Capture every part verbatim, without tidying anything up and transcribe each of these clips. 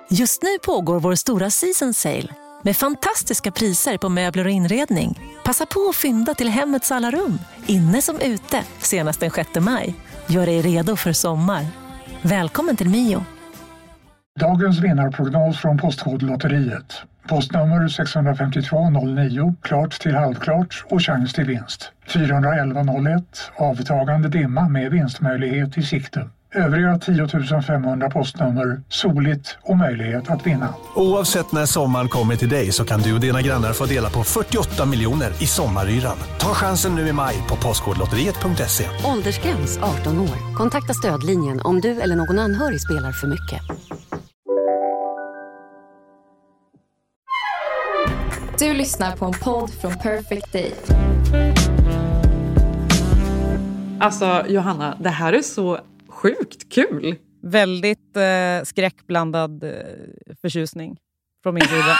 Just nu pågår vår stora season sale med fantastiska priser på möbler och inredning. Passa på att fynda till hemmets alla rum, inne som ute, senast den sjätte maj. Gör dig redo för sommar. Välkommen till Mio. Dagens vinnarprognos från Postkodlotteriet. Postnummer sex fem två noll nio, klart till halvklart och chans till vinst. fyra ett ett noll ett, avtagande dimma med vinstmöjlighet i sikte. Övriga tio tusen femhundra postnummer, soligt och möjlighet att vinna. Oavsett när sommaren kommer till dig så kan du och dina grannar få dela på fyrtioåtta miljoner i sommaryran. Ta chansen nu i maj på postkodlotteriet punkt se. Åldersgräns arton år. Kontakta stödlinjen om du eller någon anhörig spelar för mycket. Du lyssnar på en podd från Perfect Day. Alltså Johanna, det här är så sjukt kul. Väldigt eh, skräckblandad eh, förtjusning från min sida.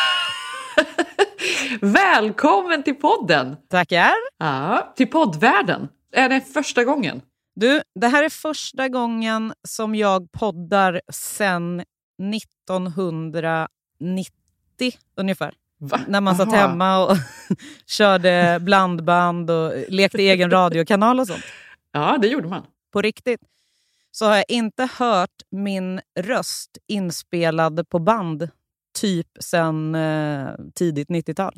Välkommen till podden. Tackar. Ja, till poddvärlden. Är det första gången? Du, det här är första gången som jag poddar sedan nittonhundranittio ungefär. Va? När man satt Aha. hemma och körde blandband och lekte egen radiokanal och sånt. Ja, det gjorde man. På riktigt. Så har jag inte hört min röst inspelad på band typ sen eh, tidigt nittiotal.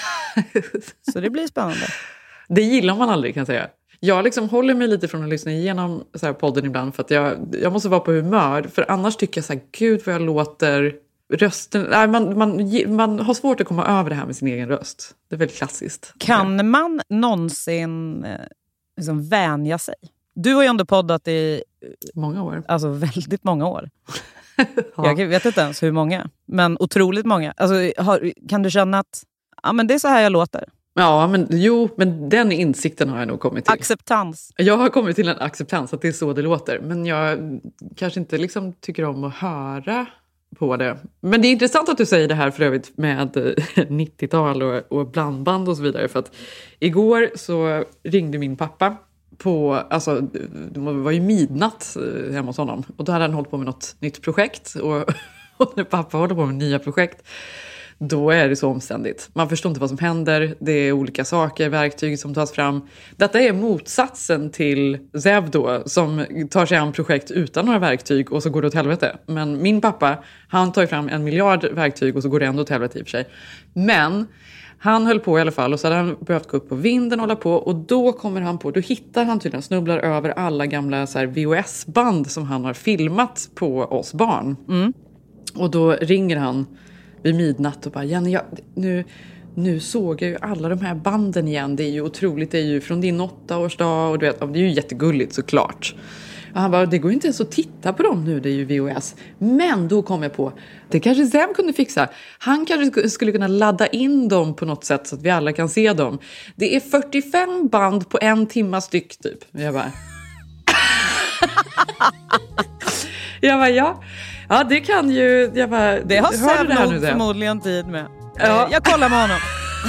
Så det blir spännande. Det gillar man aldrig, kan jag säga. Jag liksom håller mig lite från att lyssna igenom så här podden ibland för att jag, jag måste vara på humör. För annars tycker jag så här, gud vad jag låter rösten. Nej, man, man, man har svårt att komma över det här med sin egen röst. Det är väldigt klassiskt. Kan man någonsin eh, liksom vänja sig? Du har ju ändå poddat i många år. Alltså väldigt många år. Ja. Jag vet inte ens hur många. Men otroligt många. Alltså, har, kan du känna att ja, men det är så här jag låter? Ja, men jo, men den insikten har jag nog kommit till. Acceptans. Jag har kommit till en acceptans att det är så det låter. Men jag kanske inte liksom tycker om att höra på det. Men det är intressant att du säger det här för övrigt med nittiotal och, och blandband och så vidare. För att igår så ringde min pappa på, alltså det var ju midnatt hemma hos honom. Och då hade han hållit på med något nytt projekt. Och, och när pappa håller på med nya projekt, då är det så omständigt. Man förstår inte vad som händer. Det är olika saker, verktyg som tas fram. Detta är motsatsen till Zev då, som tar sig an projekt utan några verktyg och så går det åt helvete. Men min pappa, han tar ju fram en miljard verktyg och så går det ändå åt helvete i och för sig. Men han höll på i alla fall och så hade han behövt gå upp på vinden och hålla på. Och då kommer han på, då hittar han tydligen, snubblar över alla gamla så här V H S-band som han har filmat på oss barn. Mm. Och då ringer han vid midnatt och bara, Jenny, jag, nu, nu såg jag ju alla de här banden igen. Det är ju otroligt, det är ju från din åttaårsdag och du vet, det är ju jättegulligt såklart. Och han bara, det går inte ens att titta på dem nu, det är ju V H S. Men då kom jag på, det kanske Zev kunde fixa. Han kanske skulle kunna ladda in dem på något sätt så att vi alla kan se dem. Det är fyrtiofem band på en timma styck typ. Jag bara, jag bara, ja. Ja, det kan ju... Jag bara, det har Zev det nog nu, förmodligen tid med. Ja. Jag kollar med honom.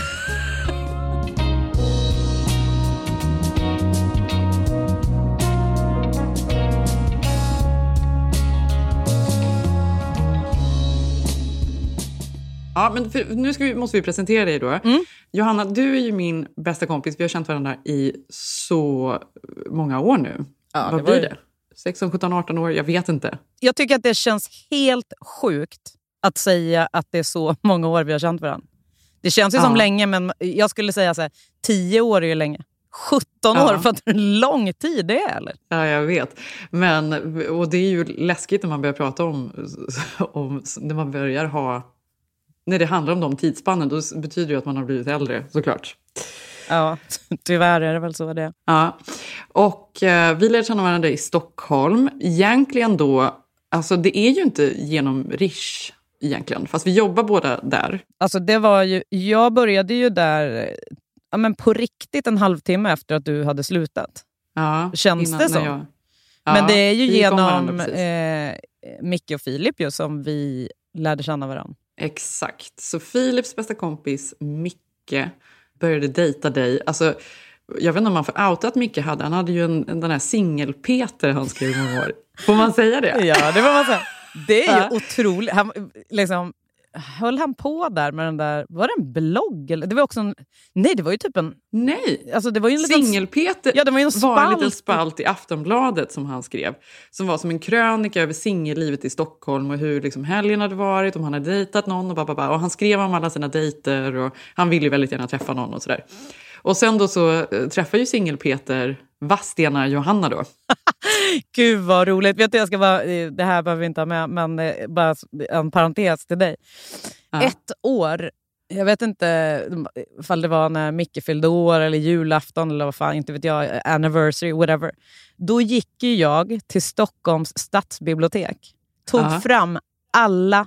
Ja, men för, nu ska vi, måste vi presentera dig då. Mm. Johanna, du är ju min bästa kompis. Vi har känt varandra i så många år nu. Ja, vad det blir var... det? sexton, sjutton, arton år? Jag vet inte. Jag tycker att det känns helt sjukt att säga att det är så många år vi har känt varandra. Det känns ju ja. som länge, men jag skulle säga så här, tio år är ju länge. sjutton ja. år, för att det är en lång tid det är, eller? Ja, jag vet. Men, och det är ju läskigt när man börjar prata om, om när man börjar ha, när det handlar om de tidsspannen, då betyder det ju att man har blivit äldre, såklart. Ja, tyvärr är det väl så det. Ja, och eh, vi lärde känna varandra i Stockholm. Egentligen då, alltså det är ju inte genom Rish egentligen, fast vi jobbar båda där. Alltså det var ju, jag började ju där, ja men på riktigt en halvtimme efter att du hade slutat. Ja, känns innan, det så? jag, ja, men det är ju genom varandra, eh, Micke och Filip ju som vi lärde känna varandra. Exakt, så Filips bästa kompis Micke började dejta dig. Alltså, jag vet inte om man får outa att Micke hade. Han hade ju en, den här singel-Peter han skrev i många år. Får man säga det? Ja, det får man säga. Det är ju otroligt. Han, liksom, höll han på där med den där... Var det en blogg? Eller? Det var också en... Nej, det var ju typ en... Nej, alltså, det var ju en liten... Singel-Peter ja, det var, ju en var en liten spalt i Aftonbladet som han skrev. Som var som en krönika över singellivet i Stockholm och hur liksom helgen hade varit, om han hade dejtat någon och bababa. Och han skrev om alla sina dejter och han ville ju väldigt gärna träffa någon och sådär. Och sen då så äh, träffade ju Singel-Peter Vastena Johanna då. Gud vad roligt. Vet du, jag ska bara, det här behöver vi inte ha med, men eh, bara en parentes till dig. Ja. Ett år, jag vet inte ifall det var när Micke fyllde år eller julafton eller vad fan, inte vet jag, anniversary, whatever. Då gick ju jag till Stockholms stadsbibliotek. Tog Aha. fram alla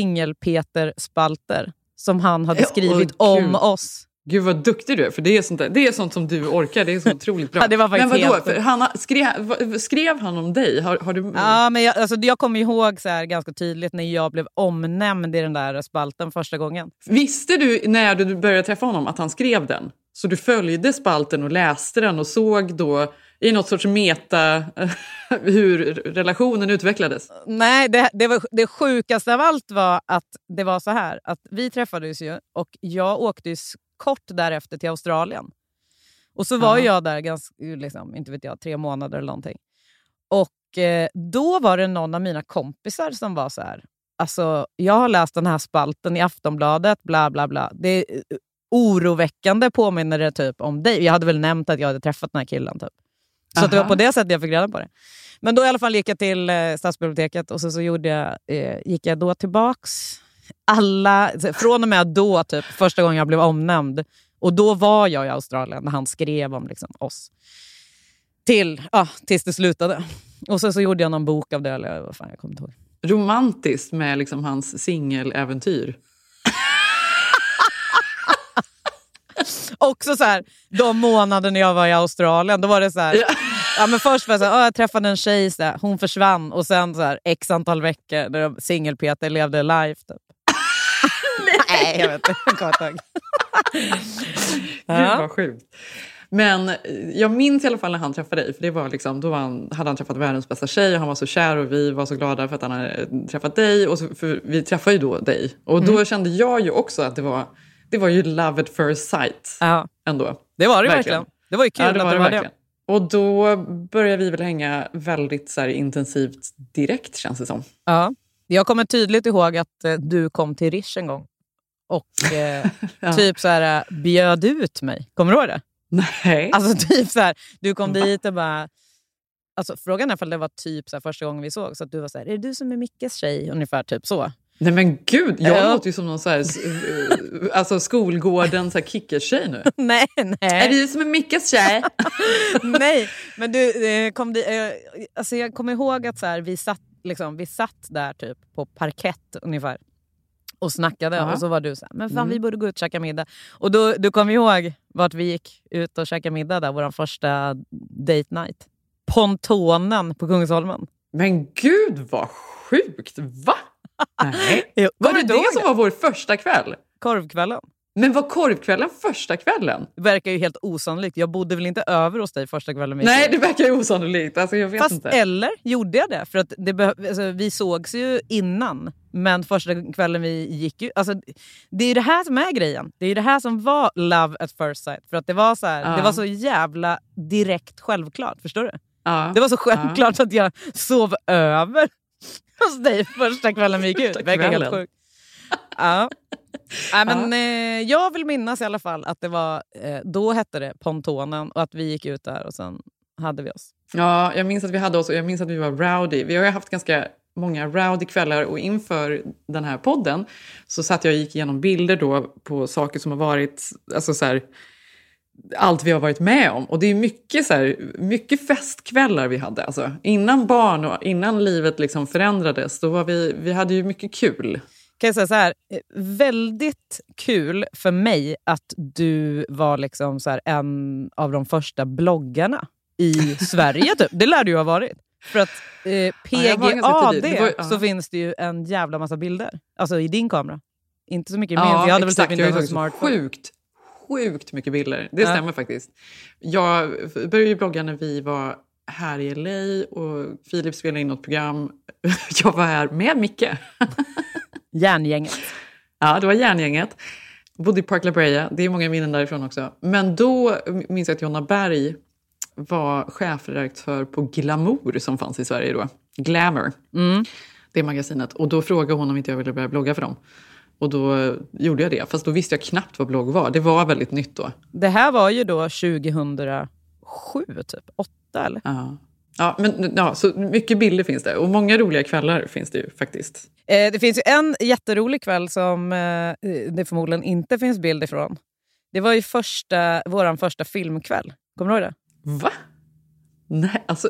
Singel-Peter-spalter som han hade skrivit oh, om oss. Gud vad duktig du är, för det är sånt, där, det är sånt som du orkar, det är så otroligt bra. Ja, det var men vadå, helt... för han, skrev, skrev han om dig? Har, har du... Ja, men jag, alltså, jag kommer ihåg så här ganska tydligt när jag blev omnämnd i den där spalten första gången. Visste du när du började träffa honom att han skrev den? Så du följde spalten och läste den och såg då i något sorts meta hur relationen utvecklades? Nej, det, det, var, det sjukaste av allt var att det var så här. Att vi träffades ju och jag åkte ju kort därefter till Australien. Och så var ja. jag där ganska, liksom, inte vet jag, tre månader eller någonting. Och eh, då var det någon av mina kompisar som var så här. Alltså, jag har läst den här spalten i Aftonbladet, bla bla bla. Det är oroväckande, påminner det typ om dig. Jag hade väl nämnt att jag hade träffat den här killen typ. Så att det var på det sättet jag fick reda på det. Men då i alla fall gick jag till eh, stadsbiblioteket och så, så gjorde jag, eh, gick jag då tillbaks. Alla, från och med då typ, första gången jag blev omnämnd. Och då var jag i Australien när han skrev om liksom, oss. Till, ja, tills det slutade. Och så, så gjorde jag någon bok av det, eller vad fan, jag kommer inte ihåg. Romantiskt med liksom hans singeläventyr. Också så här, de månader när jag var i Australien, då var det så här, ja, ja men först var jag så här, jag träffade en tjej, så här, hon försvann och sen så här, x antal veckor där Singel-Peter levde live typ. Nej, jag vet inte. Jag kommer inte ihåg. Gud vad sjukt. Men jag minns i alla fall när han träffade dig. För det var liksom, då var han, hade han träffat världens bästa tjej. Och han var så kär och vi var så glada för att han hade träffat dig. Och så, för vi träffade ju då dig. Och då mm. kände jag ju också att det var, det var ju love at first sight. Ja. Ändå. Det var det verkligen. verkligen. Det var ju kul ja, det att var det var det. det. Och då började vi väl hänga väldigt så här, intensivt direkt, känns det som. Ja. Jag kommer tydligt ihåg att eh, du kom till Rish en gång. Och eh, ja. typ så här bjöd ut mig. Kommer du ihåg det? Nej. Alltså typ så här, du kom dit och bara... Alltså frågan är ifall det var typ så här första gången vi såg. Så att du var så här, är det du som är Mickes tjej? Ungefär typ så. Nej men gud, jag ja. låter ju som någon så här, alltså skolgården så här kickers-tjej nu. nej, nej. Är det du som är Mickes tjej? Nej, men du eh, kom dit... Eh, alltså jag kommer ihåg att så här, vi satt liksom, vi satt där typ på parkett ungefär. Och snackade. Aha. Och så var du så här, men fan mm. vi borde gå ut och käka middag. Och då, du kom ihåg vart vi gick ut och käka middag där. Vår första date night. Pontonen på Kungsholmen. Men gud vad sjukt, va? Nej. Jo, var det det som var vår första kväll? Korvkvällen. Men var korvkvällen första kvällen? Det verkar ju helt osannolikt. Jag bodde väl inte över hos dig första kvällen. Nej, det verkar ju osannolikt. Alltså, jag vet Fast inte. Eller gjorde jag det? För att det behö- alltså, vi sågs ju innan. Men första kvällen vi gick ju... Alltså, det är det här som är grejen. Det är det här som var love at first sight. För att det var så här, ja. det var så jävla direkt självklart. Förstår du? Ja. Det var så självklart ja. att jag sov över hos dig första kvällen vi gick ut. Det verkar helt sjukt. Ja. Nej, men ja. eh, jag vill minnas i alla fall att det var eh, då hette det Pontonen och att vi gick ut där och sen hade vi oss. Ja, jag minns att vi hade oss och jag minns att vi var rowdy. Vi har ju haft ganska många rowdy kvällar och inför den här podden så satt jag och gick igenom bilder då på saker som har varit alltså så här, allt vi har varit med om. Och det är mycket, så här, mycket festkvällar vi hade. Alltså, innan barn och innan livet liksom förändrades, då var vi, vi hade ju mycket kul. Kan jag säga så här, väldigt kul för mig att du var liksom så här en av de första bloggarna i Sverige. Typ. Det lär du ju ha varit. För att eh, P G A D ja, var, så finns det ju en jävla massa bilder. Alltså i din kamera. Inte så mycket i min. Ja, jag hade exakt. Väl typ inte jag så smart. Sjukt, sjukt mycket bilder. Det stämmer ja. faktiskt. Jag började ju blogga när vi var här i L A och Filip spelade in något program. Jag var här med Micke. Järngänget. Ja, det var Järngänget. Bodde i Park La Brea. Det är många minnen därifrån också. Men då minns jag att Jonna Berg var chefredaktör på Glamour som fanns i Sverige då. Glamour. Mm. Det magasinet. Och då frågade hon om inte jag ville börja blogga för dem. Och då gjorde jag det. Fast då visste jag knappt vad blogg var. Det var väldigt nytt då. Det här var ju då tjugohundrasju typ. Åtta eller? Ja. Ja, men ja, så mycket bilder finns det. Och många roliga kvällar finns det ju faktiskt. Eh, det finns ju en jätterolig kväll som eh, det förmodligen inte finns bild ifrån. Det var ju första, våran första filmkväll. Kommer du ihåg det? Va? Nej, alltså...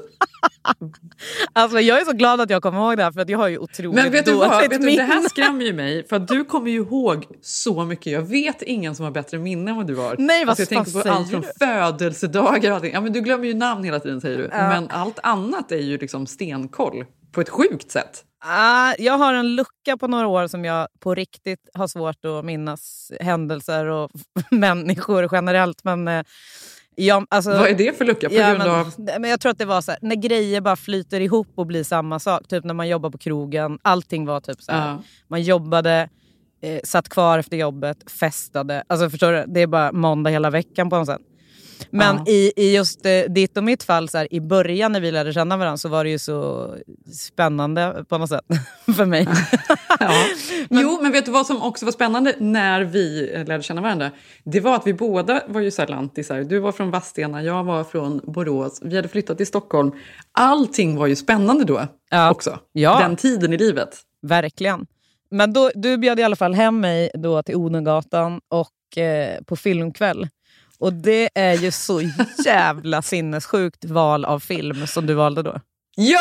alltså jag är så glad att jag kommer ihåg det här för att jag har ju otroligt Men vet du vad? Vet du, det här minne. skrämmer ju mig för att du kommer ju ihåg så mycket. Jag vet ingen som har bättre minne än vad du har. Nej, vad alltså, jag tänker på säger allt från du? Födelsedagar och allting. Ja, men du glömmer ju namn hela tiden, säger du. Ja. Men allt annat är ju liksom stenkoll på ett sjukt sätt. Ah, jag har en lucka på några år som jag på riktigt har svårt att minnas händelser och människor generellt, men eh, ja, alltså, vad är det för lucka? På ja, grund men, av... men jag tror att det var så här, när grejer bara flyter ihop och blir samma sak. Typ när man jobbar på krogen, allting var typ så här. Ja. Man jobbade, eh, satt kvar efter jobbet, festade. Alltså förstår du, det är bara måndag hela veckan på något sätt. Men ja. i, i just eh, ditt och mitt fall så här, i början när vi lärde känna varandra så var det ju så spännande på något sätt för mig. Ja. Men, jo, men vet du vad som också var spännande när vi lärde känna varandra? Det var att vi båda var ju så här lantisar. Du var från Vadstena, jag var från Borås. Vi hade flyttat till Stockholm. Allting var ju spännande då ja. också. Ja. Den tiden i livet. Verkligen. Men då, du bjöd i alla fall hem mig då till Odengatan och eh, på filmkväll. Och det är ju så jävla sinnessjukt val av film som du valde då. Ja!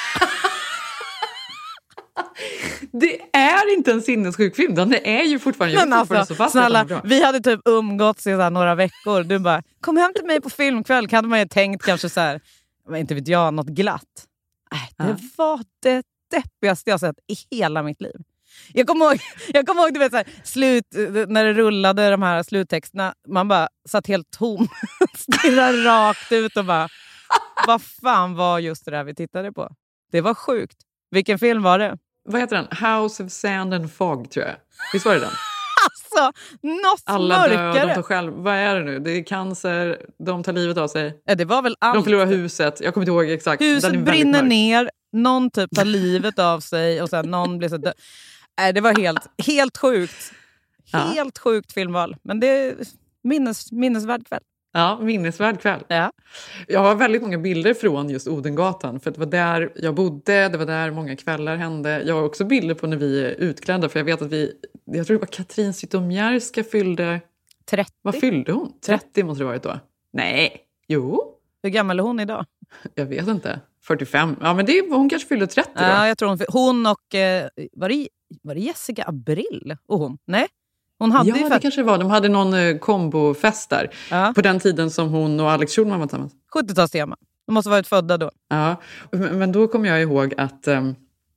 Det är inte en sinnessjuk film. Den är ju fortfarande, Men jag fortfarande alltså, så fast snälla, bra. vi hade typ umgåtts i så här några veckor. Du bara, kom hem till mig på filmkväll. Kan man ju tänkt kanske så här, inte vet jag, något glatt. Nej, det Ja. var det deppigaste jag sett i hela mitt liv. Jag kommer ihåg, jag kommer ihåg du vet, så här, slut, när det rullade de här sluttexterna. Man bara satt helt tom. Stirrade rakt ut och bara, vad fan var just det där vi tittade på? Det var sjukt. Vilken film var det? Vad heter den? House of Sand and Fog, tror jag. Visst var det den? Alltså, något Alla mörkare. dör, de tar själv. Vad är det nu? Det är cancer, de tar livet av sig. Ja, det var väl allt. De förlorar huset. Jag kommer inte ihåg exakt. Den är Huset väldigt brinner mörk. ner, någon typ tar livet av sig och sen någon blir så dö- Nej, det var helt, helt sjukt. Ja. Helt sjukt filmval. Men det är minnes, minnesvärd kväll. Ja, minnesvärd kväll. Ja. Jag har väldigt många bilder från just Odengatan. För det var där jag bodde, det var där många kvällar hände. Jag har också bilder på när vi är utklädda. För jag vet att vi, jag tror det var Katrin Zytomierska fyllde... trettio. Vad fyllde hon? trettio måste det varit då. Nej, jo. Hur gammal är hon idag? Jag vet inte. fyrtiofem. Ja, men det, hon kanske fyllde trettio då. Ja, jag tror hon, hon och... Eh, var, det, var det Jessica Abril och hon? Nej. Hon hade Ja, ju det för... kanske det var. De hade någon eh, kombofest där. Ja. På den tiden som hon och Alex Schulman var tillsammans. sjuttiotalstema. De måste ha varit födda då. Ja, men, men då kommer jag ihåg att um,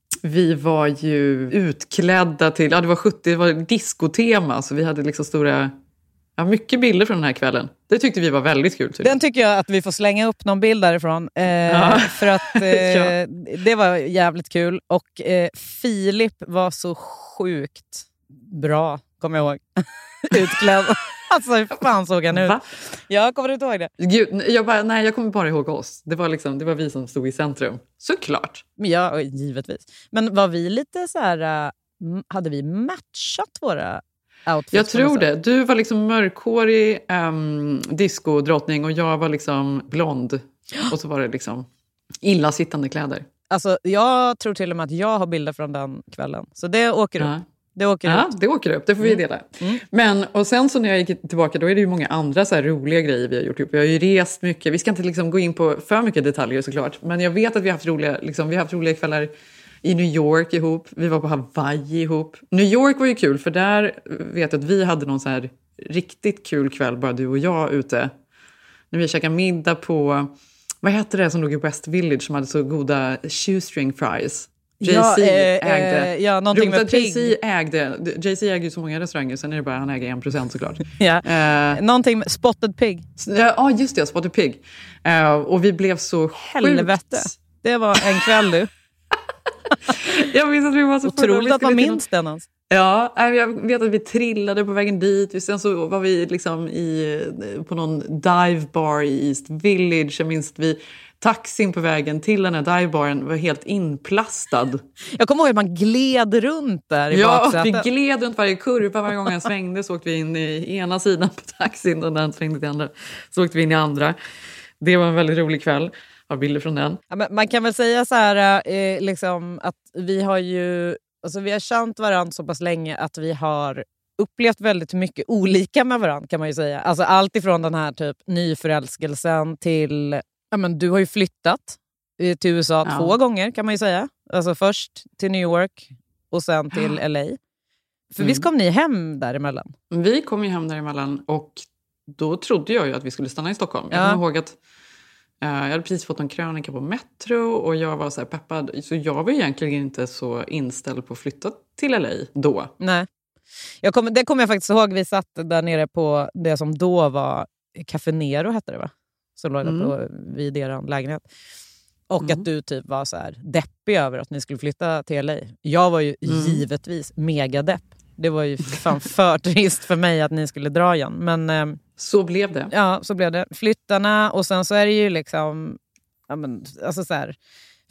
vi var ju utklädda till... Ja, det var sjuttio, det var diskotema. Så vi hade liksom stora... Ja, mycket bilder från den här kvällen. Det tyckte vi var väldigt kul. Den tycker jag att vi får slänga upp någon bild därifrån. Eh, ja. För att eh, Ja. det var jävligt kul. Och eh, Filip var så sjukt bra, kommer jag ihåg. Utklädd. Alltså hur fan såg han ut? Va? Jag kommer inte ihåg det. Gud, jag, bara, nej, jag kommer bara ihåg oss. Det var, liksom, det var vi som stod i centrum. Såklart. Men ja, givetvis. Men var vi lite så här... Uh, hade vi matchat våra outfits? Jag tror det. Du var liksom mörkhårig um, disco-drottning och jag var liksom blond. Och så var det liksom illasittande kläder. Alltså, jag tror till och med att jag har bilder från den kvällen. Så det åker Ja. upp. Det åker Ja, ut. det åker upp. Det får vi Mm. dela. Mm. Men, och sen så när jag gick tillbaka, då är det ju många andra så här roliga grejer vi har gjort ihop. Vi har ju rest mycket. Vi ska inte liksom gå in på för mycket detaljer såklart. Men jag vet att vi har haft roliga, liksom, vi har haft roliga kvällar i New York ihop. Vi var på Hawaii ihop. New York var ju kul, för där vet jag att vi hade någon så här riktigt kul kväll, bara du och jag ute. När vi käkade middag på, vad hette det som låg i West Village som hade så goda shoestring fries? Jay-Z ja, eh, ägde. Eh, ja, någonting Roligt med att pig. Jay-Z ägde. Jay-Z äger ju så många restauranger, sen är det bara han äger en procent såklart. ja. Eh, Någonting med spotted pig. Ja, ah, just det, Spotted Pig. Uh, och vi blev så Helvete. sjukt... Det var en kväll du. Jag minns att vi var så Otroligt att man minns den ens. Ja, jag vet att vi trillade på vägen dit. Sen så var vi liksom i, på någon dive bar i East Village. Jag minns att vi taxin på vägen till den här divebaren var helt inplastad. Jag kommer ihåg att man gled runt där i ja, baksätet. Vi gled runt varje kurva. Varje gång jag svängde så åkte vi in i ena sidan på taxin och den svängde till andra. Så åkte vi in i andra. Det var en väldigt rolig kväll. Jag har bilder från den. Ja, men man kan väl säga så här eh, liksom att vi har ju alltså vi har känt varandra så pass länge att vi har upplevt väldigt mycket olika med varandra kan man ju säga. Alltså allt ifrån den här typ nyförälskelsen till ja men du har ju flyttat till U S A ja. två gånger kan man ju säga. Alltså först till New York och sen till L A. För mm. visst kom ni hem däremellan? Vi kom ju hem däremellan och då trodde jag ju att vi skulle stanna i Stockholm. Jag kommer ja. ihåg att uh, jag hade precis fått en krönika på Metro och jag var så här peppad. Så jag var egentligen inte så inställd på att flytta till L A då. Nej. Jag kom, det kommer jag faktiskt ihåg. Vi satt där nere på det som då var Café Nero hette det va? Som låg mm. på vid er lägenhet. Och mm. att du typ var så här deppig över att ni skulle flytta till L A. Jag var ju mm. givetvis mega depp. Det var ju fan för trist för mig att ni skulle dra igen. Men, eh, så blev det. Ja, så blev det. Flyttarna och sen så är det ju liksom ja, men, alltså så här,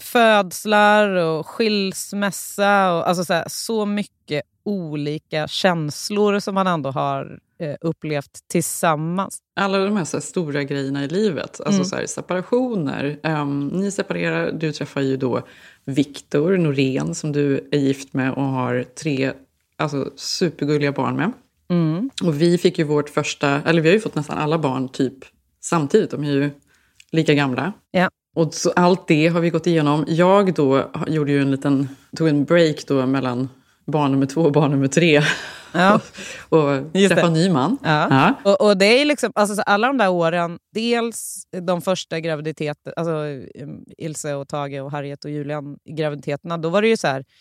födslar och skilsmässa. Och, alltså så, här, så mycket olika känslor som man ändå har eh, upplevt tillsammans. Alla de här, så här stora grejerna i livet. Alltså mm. så här, separationer. Um, ni separerar, du träffar ju då Viktor Norén som du är gift med och har tre alltså, supergulliga barn med. Mm. Och vi fick ju vårt första, eller vi har ju fått nästan alla barn typ samtidigt. De är ju lika gamla. Ja. Och så allt det har vi gått igenom. Jag då gjorde ju en liten, tog en break då mellan barn nummer två och barn nummer tre. Ja. och och träffa en ny man. Ja. Ja. Och, och det är liksom, alltså alla de där åren, dels de första graviditeterna, alltså Ilse och Tage och Harriet och Julian graviditeterna, då var det ju så här,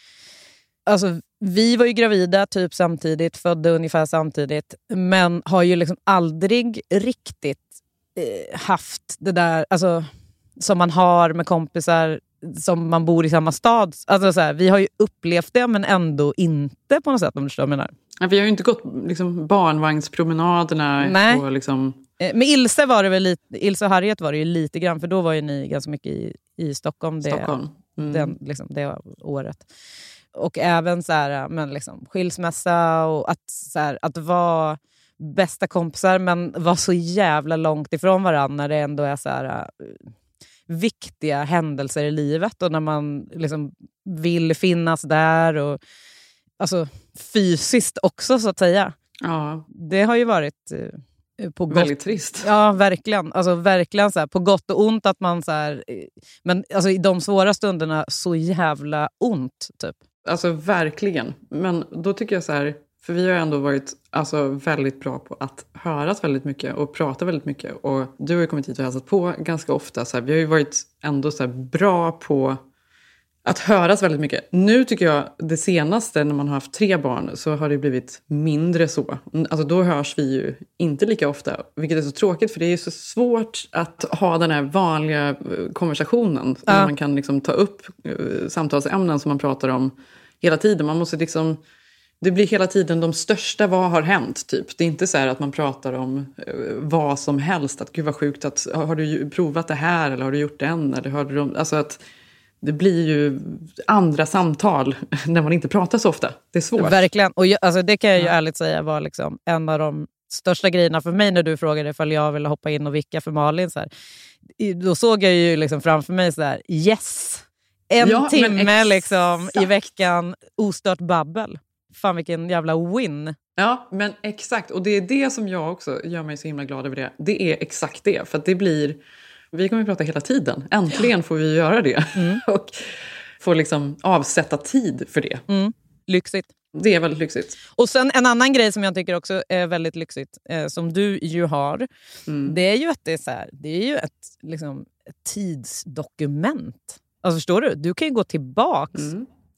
alltså vi var ju gravida typ samtidigt, födda ungefär samtidigt, men har ju liksom aldrig riktigt eh, haft det där, alltså som man har med kompisar som man bor i samma stad. Alltså så här, vi har ju upplevt det men ändå inte på något sätt om du förstår vad jag menar. Ja, vi har ju inte gått liksom, barnvagnspromenaderna. Nej. Och liksom... Med Ilse var det väl lite, Ilse och Harriet var det ju lite grann, för då var ju ni ganska mycket i, i Stockholm, det, Stockholm. Mm. Den, liksom, det året. Och även så här, men liksom, skilsmässa och att, så här, att vara bästa kompisar men var så jävla långt ifrån varandra när det ändå är så här viktiga händelser i livet och när man liksom vill finnas där och alltså fysiskt också så att säga. Ja. Det har ju varit eh, på väldigt gott, trist. Ja, verkligen. Alltså verkligen så här, på gott och ont att man så här, men alltså i de svåra stunderna så jävla ont typ. Alltså verkligen. Men då tycker jag så här, för vi har ändå varit alltså, väldigt bra på att höras väldigt mycket och prata väldigt mycket. Och du har ju kommit hit och hälsat på ganska ofta. Så här, vi har ju varit ändå så här bra på att höras väldigt mycket. Nu tycker jag det senaste när man har haft tre barn så har det blivit mindre så. Alltså då hörs vi ju inte lika ofta. Vilket är så tråkigt för det är så svårt att ha den här vanliga konversationen. Ja. När man kan liksom ta upp samtalsämnen som man pratar om hela tiden. Man måste liksom... Det blir hela tiden de största, vad har hänt typ. Det är inte så här att man pratar om eh, vad som helst. Att gud vad sjukt, att, har du provat det här eller har du gjort den? Eller har du, alltså att det blir ju andra samtal när man inte pratar så ofta. Det är svårt. Verkligen, och jag, alltså det kan jag ju ja. ärligt säga var liksom en av de största grejerna för mig när du frågade ifall jag ville hoppa in och vicka för Malin. Så här. Då såg jag ju liksom framför mig så här, yes! En ja, timme liksom i veckan ostört babbel. Fan vilken jävla win. Ja, men exakt. Och det är det som jag också gör mig så himla glad över det. Det är exakt det. För att det blir... Vi kommer att prata hela tiden. Äntligen får vi göra det. Mm. Och får liksom avsätta tid för det. Mm. Lyxigt. Det är väldigt lyxigt. Och sen en annan grej som jag tycker också är väldigt lyxigt. Eh, som du ju har. Mm. Det är ju att det är så här. Det är ju ett, liksom, ett tidsdokument. Alltså förstår du? Du kan ju gå tillbaks. Mm.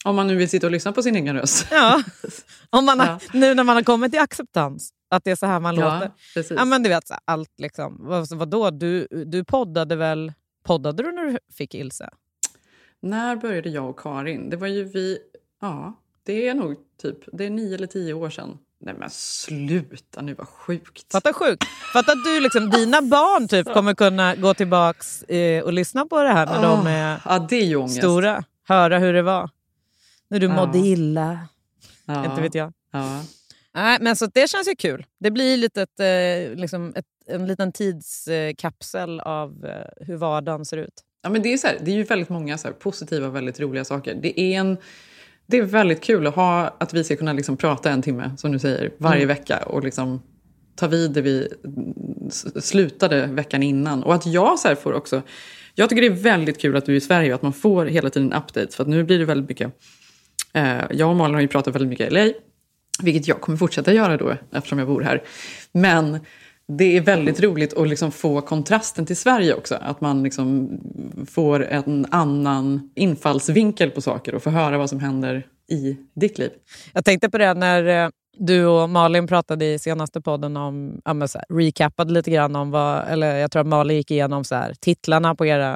Om man nu vill sitta och lyssna på sin egen röst. Ja, Om man har, ja. nu när man har kommit till acceptans. Att det är så här man Ja, låter. precis. Ja, men du vet, så allt liksom. Vad, vadå? Du, du poddade väl... Poddade du när du fick Ilse? När började jag och Karin? Det var ju vi... Ja, det är nog typ... Det är nio eller tio år sedan. Nej men sluta nu, vad sjukt. Fatta sjukt. Fatta att du liksom, dina barn typ kommer kunna gå tillbaks eh, och lyssna på det här när oh, de är, ja, det är ju ångest. stora. Höra hur det var. När du ja. mådde illa. Ja. Inte vet jag. Ja. Nej, men så det känns ju kul. Det blir lite ett, eh, liksom ett, en liten tidskapsel av eh, hur vardagen ser ut. Ja, men det är, så här, det är ju väldigt många så här, positiva, väldigt roliga saker. Det är, en, det är väldigt kul att, ha, att vi ska kunna liksom prata en timme, som du säger, varje mm. vecka. Och liksom ta vid där vi slutade veckan innan. Och att jag så här får också... Jag tycker det är väldigt kul att du är i Sverige och att man får hela tiden updates. För att nu blir det väldigt mycket... Eh, jag och Malin har ju pratat väldigt mycket i L A. Vilket jag kommer fortsätta göra då, eftersom jag bor här. Men det är väldigt roligt att liksom få kontrasten till Sverige också. Att man liksom får en annan infallsvinkel på saker och får höra vad som händer i ditt liv. Jag tänkte på det när du och Malin pratade i senaste podden om, ja, men så här, recapade lite grann om vad, eller jag tror att Malin gick igenom så här, titlarna på era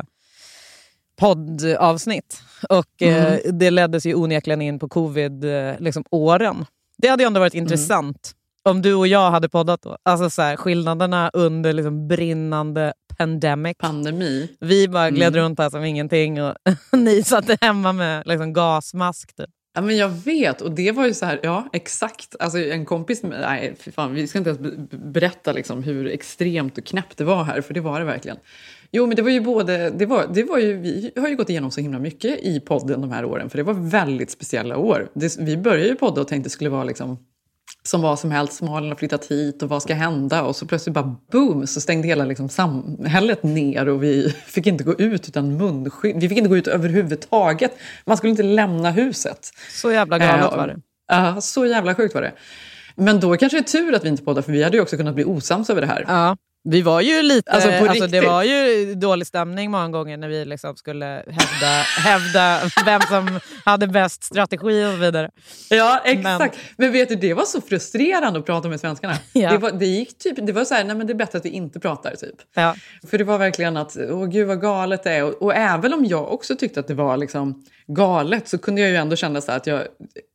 poddavsnitt. Och mm. eh, det leddes ju onekligen in på covid eh, liksom åren. Det hade ju ändå varit mm. intressant om du och jag hade poddat då. Alltså så här, skillnaderna under liksom brinnande pandemic. Pandemi. Vi bara gled mm. runt här som ingenting och ni satt hemma med liksom gasmask typ. Ja, men jag vet, och det var ju så här, ja, exakt. Alltså en kompis, nej, fy fan, vi ska inte ens berätta liksom hur extremt och knäppt det var här, för det var det verkligen. Jo, men det var ju både, det var, det var ju, vi har ju gått igenom så himla mycket i podden de här åren, för det var väldigt speciella år. Det, vi började ju podda och tänkte det skulle vara liksom, som vad som helst, Malin har flyttat hit och vad ska hända? Och så plötsligt bara boom, så stängde hela liksom samhället ner och vi fick inte gå ut utan munskydd. Vi fick inte gå ut överhuvudtaget. Man skulle inte lämna huset. Så jävla galet äh, var det. Ja, så jävla sjukt var det. Men då kanske det är tur att vi inte poddar, för vi hade ju också kunnat bli osams över det här. Ja. Vi var ju lite, alltså, alltså det var ju dålig stämning många gånger när vi liksom skulle hävda, hävda vem som hade bäst strategi och så vidare. Ja, exakt. Men, men vet du, det var så frustrerande att prata med svenskarna. Ja. Det, var, det gick typ, det var så här, nej men det är bättre att vi inte pratar typ. Ja. För det var verkligen att, åh gud vad galet det är. Och, och även om jag också tyckte att det var liksom galet, så kunde jag ju ändå känna så här att jag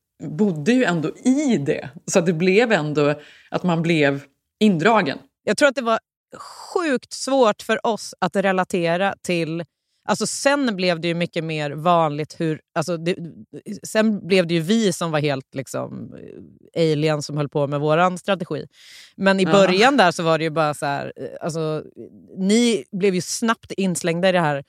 bodde ju ändå i det. Så att det blev ändå att man blev indragen. Jag tror att det var sjukt svårt för oss att relatera till, alltså sen blev det ju mycket mer vanligt hur, alltså det, sen blev det ju vi som var helt liksom alien som höll på med våran strategi. Men i början där så var det ju bara så här, alltså ni blev ju snabbt inslängda i det här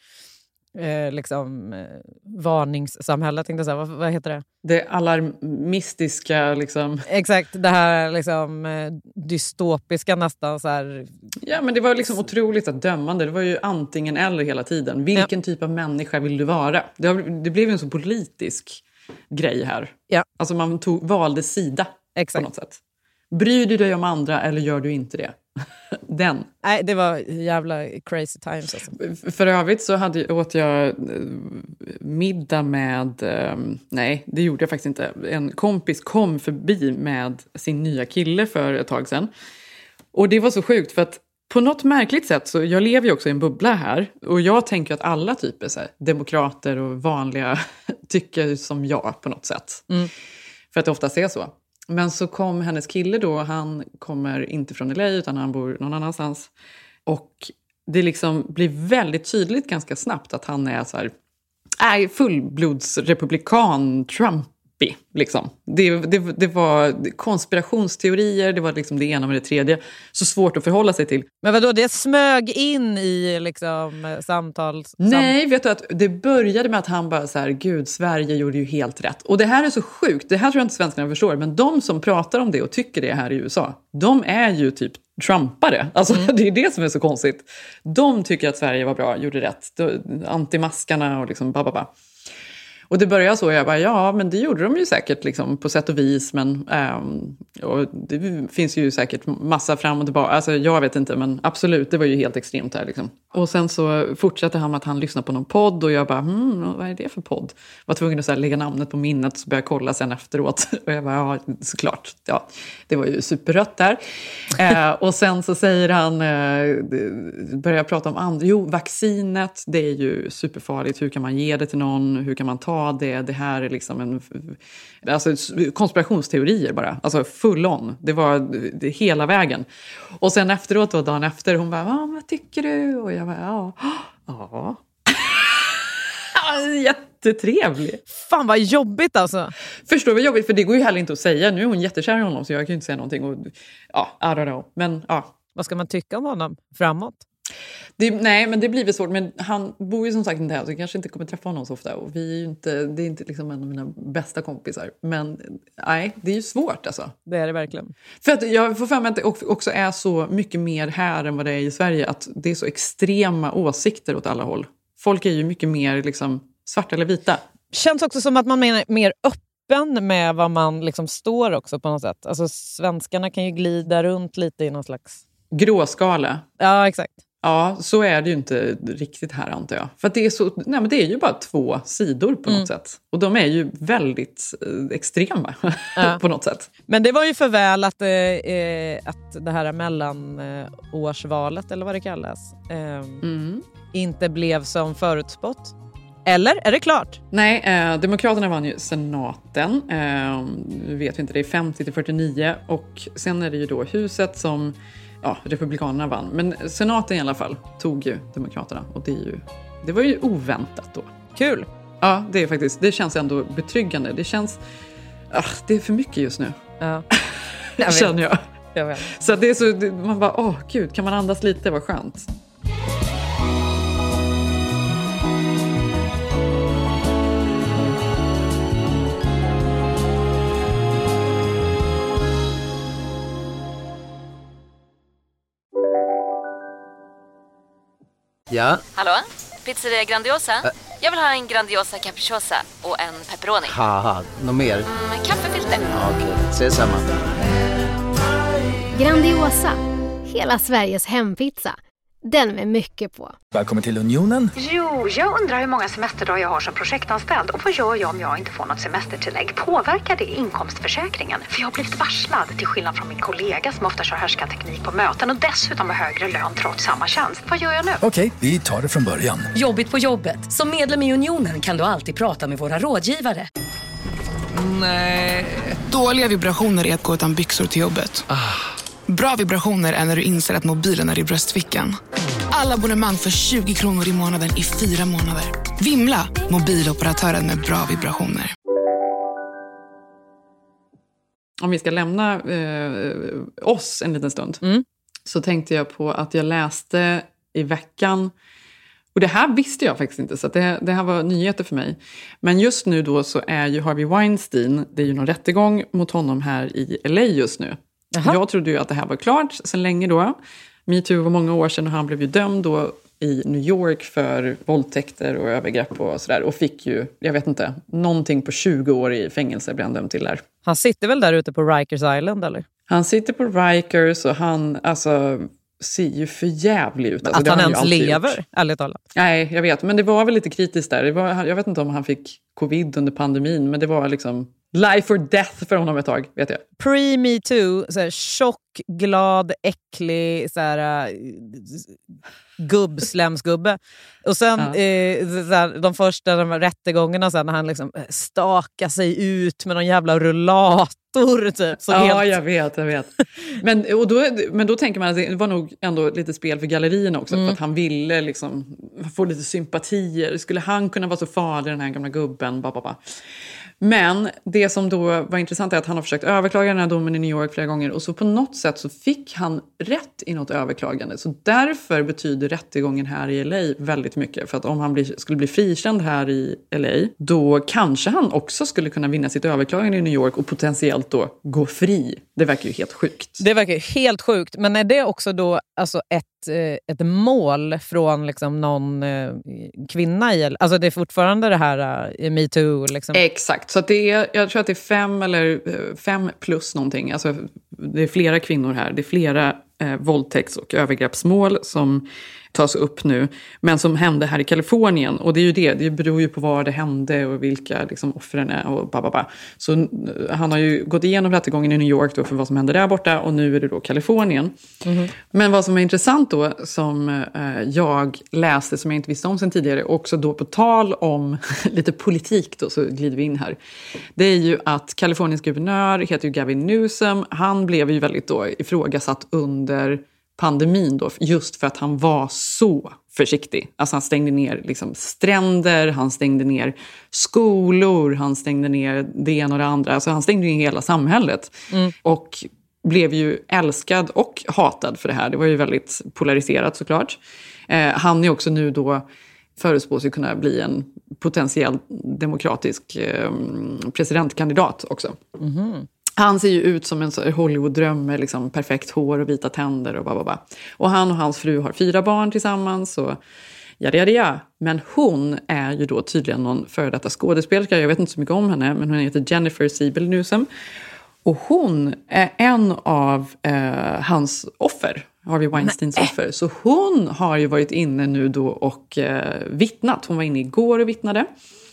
Eh, liksom eh, varningssamhället, tänkte jag säga. Vad, vad heter det? Det alarmistiska liksom. Exakt, det här liksom eh, dystopiska nästan så här. Ja, men det var liksom otroligt att dömande. Det var ju antingen eller hela tiden. Vilken ja. typ av människa vill du vara? Det, har, det blev ju en så politisk grej här. Ja. Alltså man tog, valde sida. Exakt. På något sätt. Bryr du dig om andra eller gör du inte det? Den. Nej, det var jävla crazy times alltså. För övrigt så hade, åt jag middag med, nej det gjorde jag faktiskt inte. En kompis kom förbi med sin nya kille för ett tag sedan. Och det var så sjukt för att på något märkligt sätt, så jag lever ju också i en bubbla här. Och jag tänker att alla typer så här, demokrater och vanliga tycker som jag på något sätt. Mm. För att det oftast är så. Men så kom hennes kille då, han kommer inte från L A utan han bor någon annanstans. Och det liksom blir väldigt tydligt ganska snabbt att han är så här, är fullblodsrepublikan Trumpy liksom. Det, det, det var konspirationsteorier, det var liksom det ena med det tredje. Så svårt att förhålla sig till. Men vadå, det smög in i liksom samtal? Nej, vet du att det började med att han bara så här, gud, Sverige gjorde ju helt rätt. Och det här är så sjukt, det här tror jag inte svenskarna förstår. Men de som pratar om det och tycker det här i U S A, de är ju typ Trumpare. Alltså mm. det är det som är så konstigt. De tycker att Sverige var bra, gjorde rätt. Antimaskarna och liksom bababa. Och det började så, jag bara, ja men det gjorde de ju säkert liksom, på sätt och vis, men ähm, och det finns ju säkert massa fram och tillbaka, alltså jag vet inte, men absolut, det var ju helt extremt här liksom. Och sen så fortsatte han med att han lyssnade på någon podd och jag bara, hmm, vad är det för podd? Var tvungen att så här, lägga namnet på minnet och så började jag kolla sen efteråt. Och jag bara, ja såklart, ja, det var ju superrött där. eh, och sen så säger han, eh, börjar prata om andra, jo vaccinet, det är ju superfarligt, hur kan man ge det till någon, hur kan man ta det, det här är liksom en, alltså konspirationsteorier bara, alltså full on, det var det, hela vägen. Och sen efteråt då, dagen efter, hon bara, vad tycker du? Och jag bara, ja, ja. Jättetrevlig. Fan vad jobbigt alltså. Förstår vad jobbigt, för det går ju heller inte att säga. Nu är hon jättekär i honom så jag kan ju inte säga någonting. Och, ja, I don't know. Men ja. Vad ska man tycka om honom framåt? Det, nej, men det blir väl svårt. Men han bor ju som sagt inte här så jag kanske inte kommer träffa honom så ofta. Och vi är ju inte, det är inte liksom en av mina bästa kompisar. Men nej, det är ju svårt alltså. Det är det verkligen. För att jag får för mig att det också är så mycket mer här än vad det är i Sverige. Att det är så extrema åsikter åt alla håll. Folk är ju mycket mer liksom svarta eller vita. Känns också som att man är mer öppen med vad man liksom står också på något sätt. Alltså svenskarna kan ju glida runt lite i någon slags gråskala. Ja, exakt. Ja, så är det ju inte riktigt här antar jag. För att det är så, nej men det är ju bara två sidor på något mm. sätt. Och de är ju väldigt eh, extrema ja. på något sätt. Men det var ju för väl att, eh, att det här mellanårsvalet, eller vad det kallas, eh, mm. inte blev som förutspått. Eller är det klart? Nej, eh, Demokraterna vann ju senaten. Eh, vet vi inte, det är femtio till fyrtionio. Och sen är det ju då huset som ja, Republikanerna vann. Men senaten i alla fall tog ju Demokraterna. Och det, är ju, det var ju oväntat då. Kul! Ja, det är faktiskt, det känns ändå betryggande. Det känns, ah, det är för mycket just nu. Ja. Jag känner jag. jag vet. Så det är så, det, man bara, åh gud, kan man andas lite, vad skönt. Ja? Hallå? Pizzeria Grandiosa? Ä Jag vill ha en Grandiosa capriciosa och en pepperoni. Haha, något mer? Mm, kaffefilter. Ja, okej, okay. Ses samma. Grandiosa, hela Sveriges hempizza. Den med mycket på. Välkommen till Unionen. Jo, jag undrar hur många semesterdagar jag har som projektanställd. Och vad gör jag om jag inte får något semestertillägg? Påverkar det inkomstförsäkringen? För jag har blivit varslad, till skillnad från min kollega som ofta kör härskarteknik på möten. Och dessutom har högre lön trots samma tjänst. Vad gör jag nu? Okej, okay, vi tar det från början. Jobbigt på jobbet. Som medlem i Unionen kan du alltid prata med våra rådgivare. Nej. Dåliga vibrationer är att gå utan byxor till jobbet. Ah. Bra vibrationer är när du inser att mobilen är i bröstfickan. Alla abonnemang för tjugo kronor i månaden i fyra månader. Vimla, mobiloperatören med bra vibrationer. Om vi ska lämna eh, oss en liten stund. Mm. Så tänkte jag på att jag läste i veckan. Och det här visste jag faktiskt inte, så att det, det här var nyheter för mig. Men just nu då så är ju Harvey Weinstein, det är ju någon rättegång mot honom här i L A just nu. Aha. Jag trodde ju att det här var klart sedan länge då. MeToo var många år sedan och han blev ju dömd då i New York för våldtäkter och övergrepp och sådär. Och fick ju, jag vet inte, någonting på tjugo år i fängelse blev han dömd till där. Han sitter väl där ute på Rikers Island eller? Han sitter på Rikers och han, alltså, ser ju för jävlig ut. Alltså, att han, han ens lever, ärligt talat. Nej, jag vet. Men det var väl lite kritiskt där. Det var, jag vet inte om han fick covid under pandemin, men det var liksom life or death för honom ett tag, vet jag. Pre-MeToo, så här, tjock, glad, äcklig, så här, uh, gubbslämsgubbe. Och sen ja. eh, så här, de första de rättegångarna sen, när han liksom stakar sig ut med någon jävla rullator typ. Så ja, helt... jag vet, jag vet. Men, och då, men då tänker man att det var nog ändå lite spel för gallerierna också. Mm. För att han ville liksom få lite sympatier. Skulle han kunna vara så farlig, den här gamla gubben? Ba, ba, ba. Men det som då var intressant är att han har försökt överklaga den här domen i New York flera gånger. Och så på något sätt så fick han rätt i något överklagande. Så därför betyder rättegången här i L A väldigt mycket. För att om han blir, skulle bli frikänd här i L A, då kanske han också skulle kunna vinna sitt överklagande i New York och potentiellt då gå fri. Det verkar ju helt sjukt. Det verkar ju helt sjukt. Men är det också då alltså ett ett mål från liksom någon eh, kvinna i, alltså det är fortfarande det här uh, Me Too liksom. Exakt, så att det är, jag tror att det är fem eller fem plus någonting, alltså det är flera kvinnor här, det är flera eh, våldtäkts- och övergreppsmål som tas upp nu, men som hände här i Kalifornien, och det är ju det, det beror ju på var det hände och vilka liksom offren är och bababa. Så han har ju gått igenom rättegången i New York då för vad som hände där borta, och nu är det då Kalifornien. Mm-hmm. Men vad som är intressant då, som eh, jag läste, som jag inte visste om sen tidigare, också då på tal om lite politik då, så glider vi in här. Det är ju att Kaliforniens guvernör heter ju Gavin Newsom, han blev ju väldigt då ifrågasatt under pandemin då, just för att han var så försiktig. Alltså han stängde ner liksom stränder, han stängde ner skolor, han stängde ner det ena och det andra. Alltså han stängde ner hela samhället. Mm. Och blev ju älskad och hatad för det här. Det var ju väldigt polariserat såklart. Eh, han är också nu då förutspås ju kunna bli en potentiell demokratisk eh, presidentkandidat också. Mm. Han ser ju ut som en Hollywood-dröm med liksom perfekt hår och vita tänder och bababa. Och han och hans fru har fyra barn tillsammans och ja, ja, ja. Men hon är ju då tydligen någon före detta skådespelerska. Jag vet inte så mycket om henne, men hon heter Jennifer Siebel Newsom. Och hon är en av eh, hans offer, Harvey Weinsteins Nej. offer. Så hon har ju varit inne nu då och eh, vittnat. Hon var inne igår och vittnade.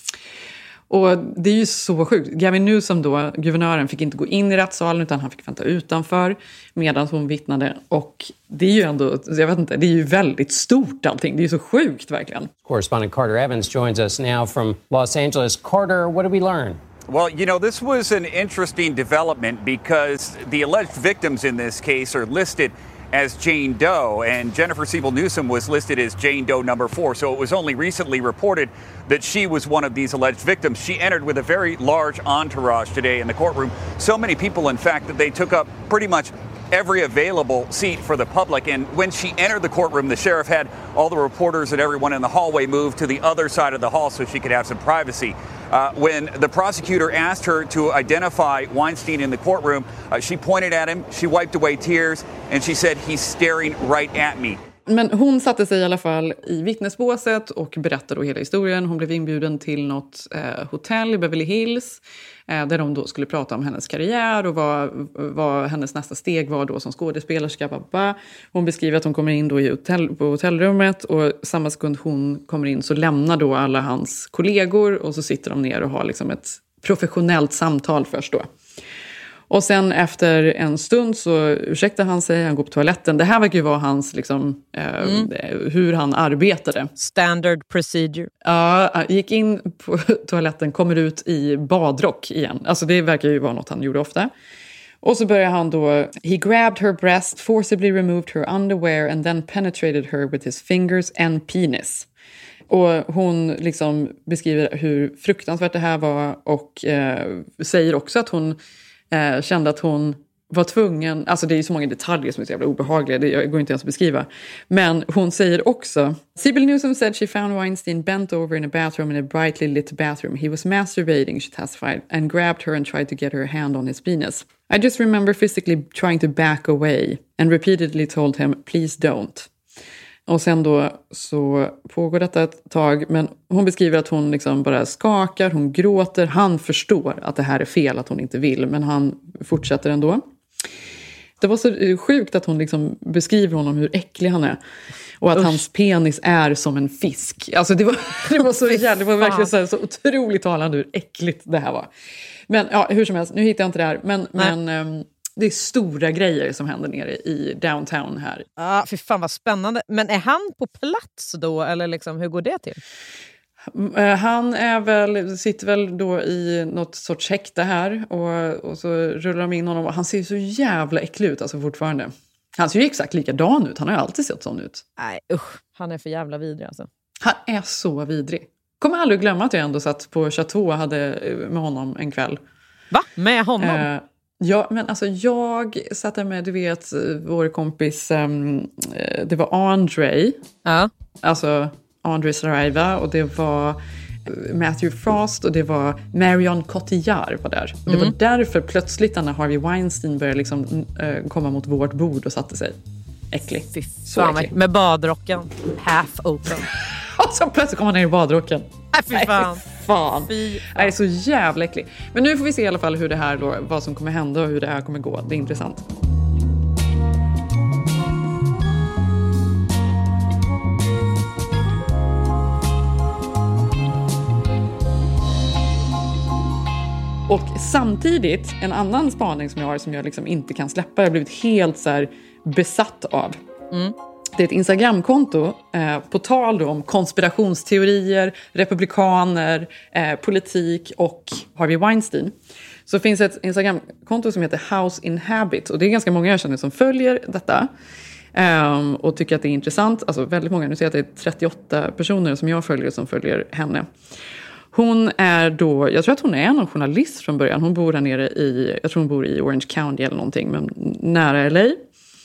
Och det är ju så sjukt. Gavin Newsom då, guvernören, fick inte gå in i rättssalen utan han fick vänta utanför medan hon vittnade. Och det är ju ändå, jag vet inte, det är ju väldigt stort allting. Det är ju så sjukt verkligen. Correspondent Carter Evans joins us now from Los Angeles. Carter, what did we learn? Well, you know, this was an interesting development because the alleged victims in this case are listed as Jane Doe, and Jennifer Siebel Newsom was listed as Jane Doe number four. So it was only recently reported that she was one of these alleged victims. She entered with a very large entourage today in the courtroom. So many people, in fact, that they took up pretty much every available seat for the public. And when she entered the courtroom, the sheriff had all the reporters and everyone in the hallway move to the other side of the hall so she could have some privacy. Uh, when the prosecutor asked her to identify Weinstein in the courtroom, uh, she pointed at him, she wiped away tears, and she said, "He's staring right at me." Men hon satte sig i alla fall i vittnesbåset och berättade då hela historien. Hon blev inbjuden till något eh, hotell i Beverly Hills eh, där de då skulle prata om hennes karriär och vad, vad hennes nästa steg var då som skådespelerska. Babba. Hon beskriver att hon kommer in då i hotell, på hotellrummet och samma sekund hon kommer in så lämnar då alla hans kollegor och så sitter de ner och har liksom ett professionellt samtal först då. Och sen efter en stund så ursäktar han sig, han går på toaletten. Det här verkar ju vara hans, liksom, eh, mm. hur han arbetade. Standard procedure. Ja, uh, gick in på toaletten, kommer ut i badrock igen. Alltså det verkar ju vara något han gjorde ofta. Och så börjar han då, he grabbed her breast, forcibly removed her underwear and then penetrated her with his fingers and penis. Och hon liksom beskriver hur fruktansvärt det här var och eh, säger också att hon Eh, kände att hon var tvungen, alltså det är ju så många detaljer som är så jävla obehagliga, det går inte ens att beskriva. Men hon säger också, Sibyl Newsom said she found Weinstein bent over in a bathroom in a brightly lit bathroom. He was masturbating, she testified, and grabbed her and tried to get her hand on his penis. I just remember physically trying to back away and repeatedly told him, please don't. Och sen då så pågår detta ett tag, men hon beskriver att hon liksom bara skakar, hon gråter. Han förstår att det här är fel, att hon inte vill, men han fortsätter ändå. Det var så sjukt att hon liksom beskriver honom hur äcklig han är. Och att Usch. hans penis är som en fisk. Alltså det var, det var så jävla, det var verkligen så, så otroligt talande hur äckligt det här var. Men ja, hur som helst, nu hittar jag inte det här. Men, men um, det är stora grejer som händer nere i downtown här. Ja, ah, för fan vad spännande. Men är han på plats då? Eller liksom, hur går det till? Han är väl, sitter väl då i något sorts häkte här. Och, och så rullar de in honom. Och han ser så jävla äcklig ut alltså fortfarande. Han ser ju exakt likadan ut. Han har ju alltid sett sån ut. Nej, usch. Han är för jävla vidrig alltså. Han är så vidrig. Kommer aldrig glömma att jag ändå satt på Chateau och hade med honom en kväll. Va? Med honom? Eh, Ja, men alltså jag satt där med, du vet, vår kompis, um, det var Andre. Ja. Alltså Andre Saraiva och det var Matthew Frost och det var Marion Cotillard var där. Mm. Det var därför plötsligt när Harvey Weinstein började liksom, uh, komma mot vårt bord och satte sig. äcklig. Fy Så fan, äcklig. med badrocken half open. Och så plötsligt kommer han ner i badrocken. Nej, fy fan. Nej, fan. Fy fan. Nej, så jävla äcklig. Men nu får vi se i alla fall hur det här då, vad som kommer hända och hur det här kommer gå. Det är intressant. Och samtidigt, en annan spaning som jag har som jag liksom inte kan släppa, jag har blivit helt så här besatt av. Mm. Det är ett Instagramkonto eh, på tal då om konspirationsteorier, republikaner, eh, politik och Harvey Weinstein. Så finns ett Instagramkonto som heter House Inhabit och det är ganska många jag känner som följer detta. Um, och tycker att det är intressant. Alltså väldigt många, nu ser jag att det är trettioåtta personer som jag följer som följer henne. Hon är då, jag tror att hon är någon journalist från början. Hon bor här nere i, jag tror hon bor i Orange County eller någonting, men nära L A.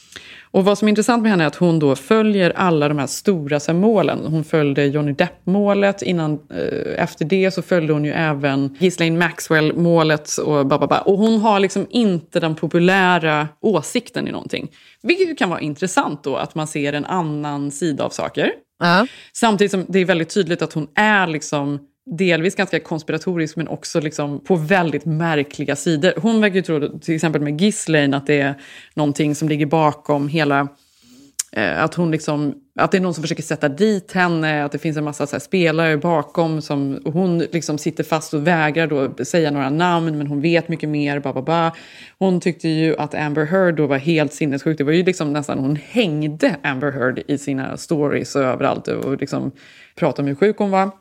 Och vad som är intressant med henne är att hon då följer alla de här stora så här, målen. Hon följde Johnny Depp-målet. Innan, eh, efter det så följde hon ju även Ghislaine Maxwell-målet. Och, bababa. och hon har liksom inte den populära åsikten i någonting. Vilket kan vara intressant då, att man ser en annan sida av saker. Uh-huh. Samtidigt som det är väldigt tydligt att hon är liksom delvis ganska konspiratorisk men också liksom på väldigt märkliga sidor. Hon verkar ju tro till exempel med Ghislaine att det är någonting som ligger bakom hela eh, att hon liksom att det är någon som försöker sätta dit henne, att det finns en massa så här spelare bakom som och hon liksom sitter fast och vägrar då säga några namn men hon vet mycket mer ba, ba, ba. Hon tyckte ju att Amber Heard då var helt sinnessjuk. Det var ju liksom nästan hon hängde Amber Heard i sina stories och överallt och liksom pratade om hur sjuk hon var.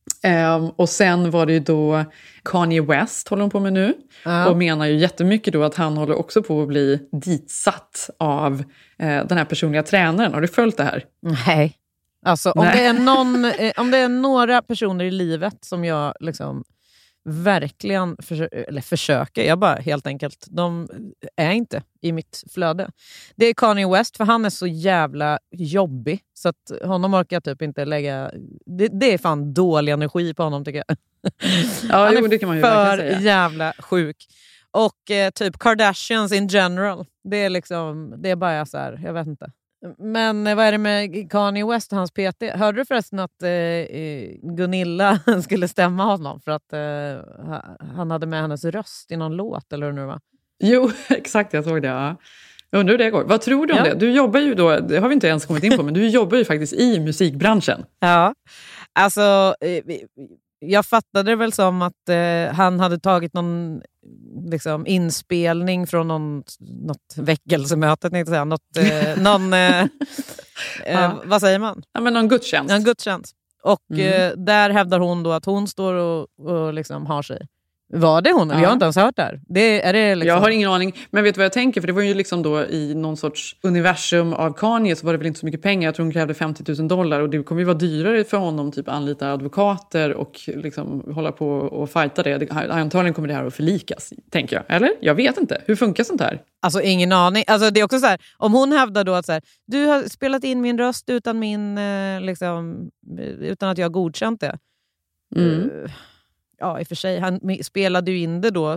Um, och sen var det ju då Kanye West håller hon på med nu. Uh. Och menar ju jättemycket då att han håller också på att bli ditsatt av uh, den här personliga tränaren. Har du följt det här? Nej. Alltså om det, är någon, eh, om det är några personer i livet som jag liksom verkligen försö- eller försöker, jag bara helt enkelt, de är inte i mitt flöde. Det är Kanye West, för han är så jävla jobbig så att honom orkar jag typ inte lägga, det, det är fan dålig energi på honom tycker jag. Ja, han jo, är det kan man ju för säga. jävla sjuk. Och eh, typ Kardashians in general, det är liksom, det är bara så här, jag vet inte. Men vad är det med Kanye West och hans P T? Hörde du förresten att eh, Gunilla skulle stämma honom för att eh, han hade med hennes röst i någon låt eller hur nu va? Jo, exakt, jag såg det. Ja. Jag undrar hur det går. Vad tror du om ja. det? Du jobbar ju då, det har vi inte ens kommit in på, men du jobbar ju faktiskt i musikbranschen. Ja, alltså eh, jag fattade väl som att eh, han hade tagit någon liksom, inspelning från någon, något väckelsemöte, tänkte jag säga. Något, eh, någon, eh, eh, ja. vad säger man? Ja, men någon gudstjänst. En gudstjänst. Och Mm. eh, där hävdar hon då att hon står och, och liksom har sig. Var det hon? Ja. Jag har inte ens hört det här. Det, är det liksom... Jag har ingen aning. Men vet du vad jag tänker? För det var ju liksom då i någon sorts universum av Kanye så var det väl inte så mycket pengar. Jag tror hon krävde femtio tusen dollar. Och det kommer ju vara dyrare för honom typ anlita advokater och liksom hålla på och fighta det. det. Antagligen kommer det här att förlikas, tänker jag. Eller? Jag vet inte. Hur funkar sånt här? Alltså ingen aning. Alltså det är också så här, om hon hävdar då att så här, du har spelat in min röst utan min eh, liksom, utan att jag har godkänt det. Mm. Uh, Ja, i och för sig. Han spelade ju in det då,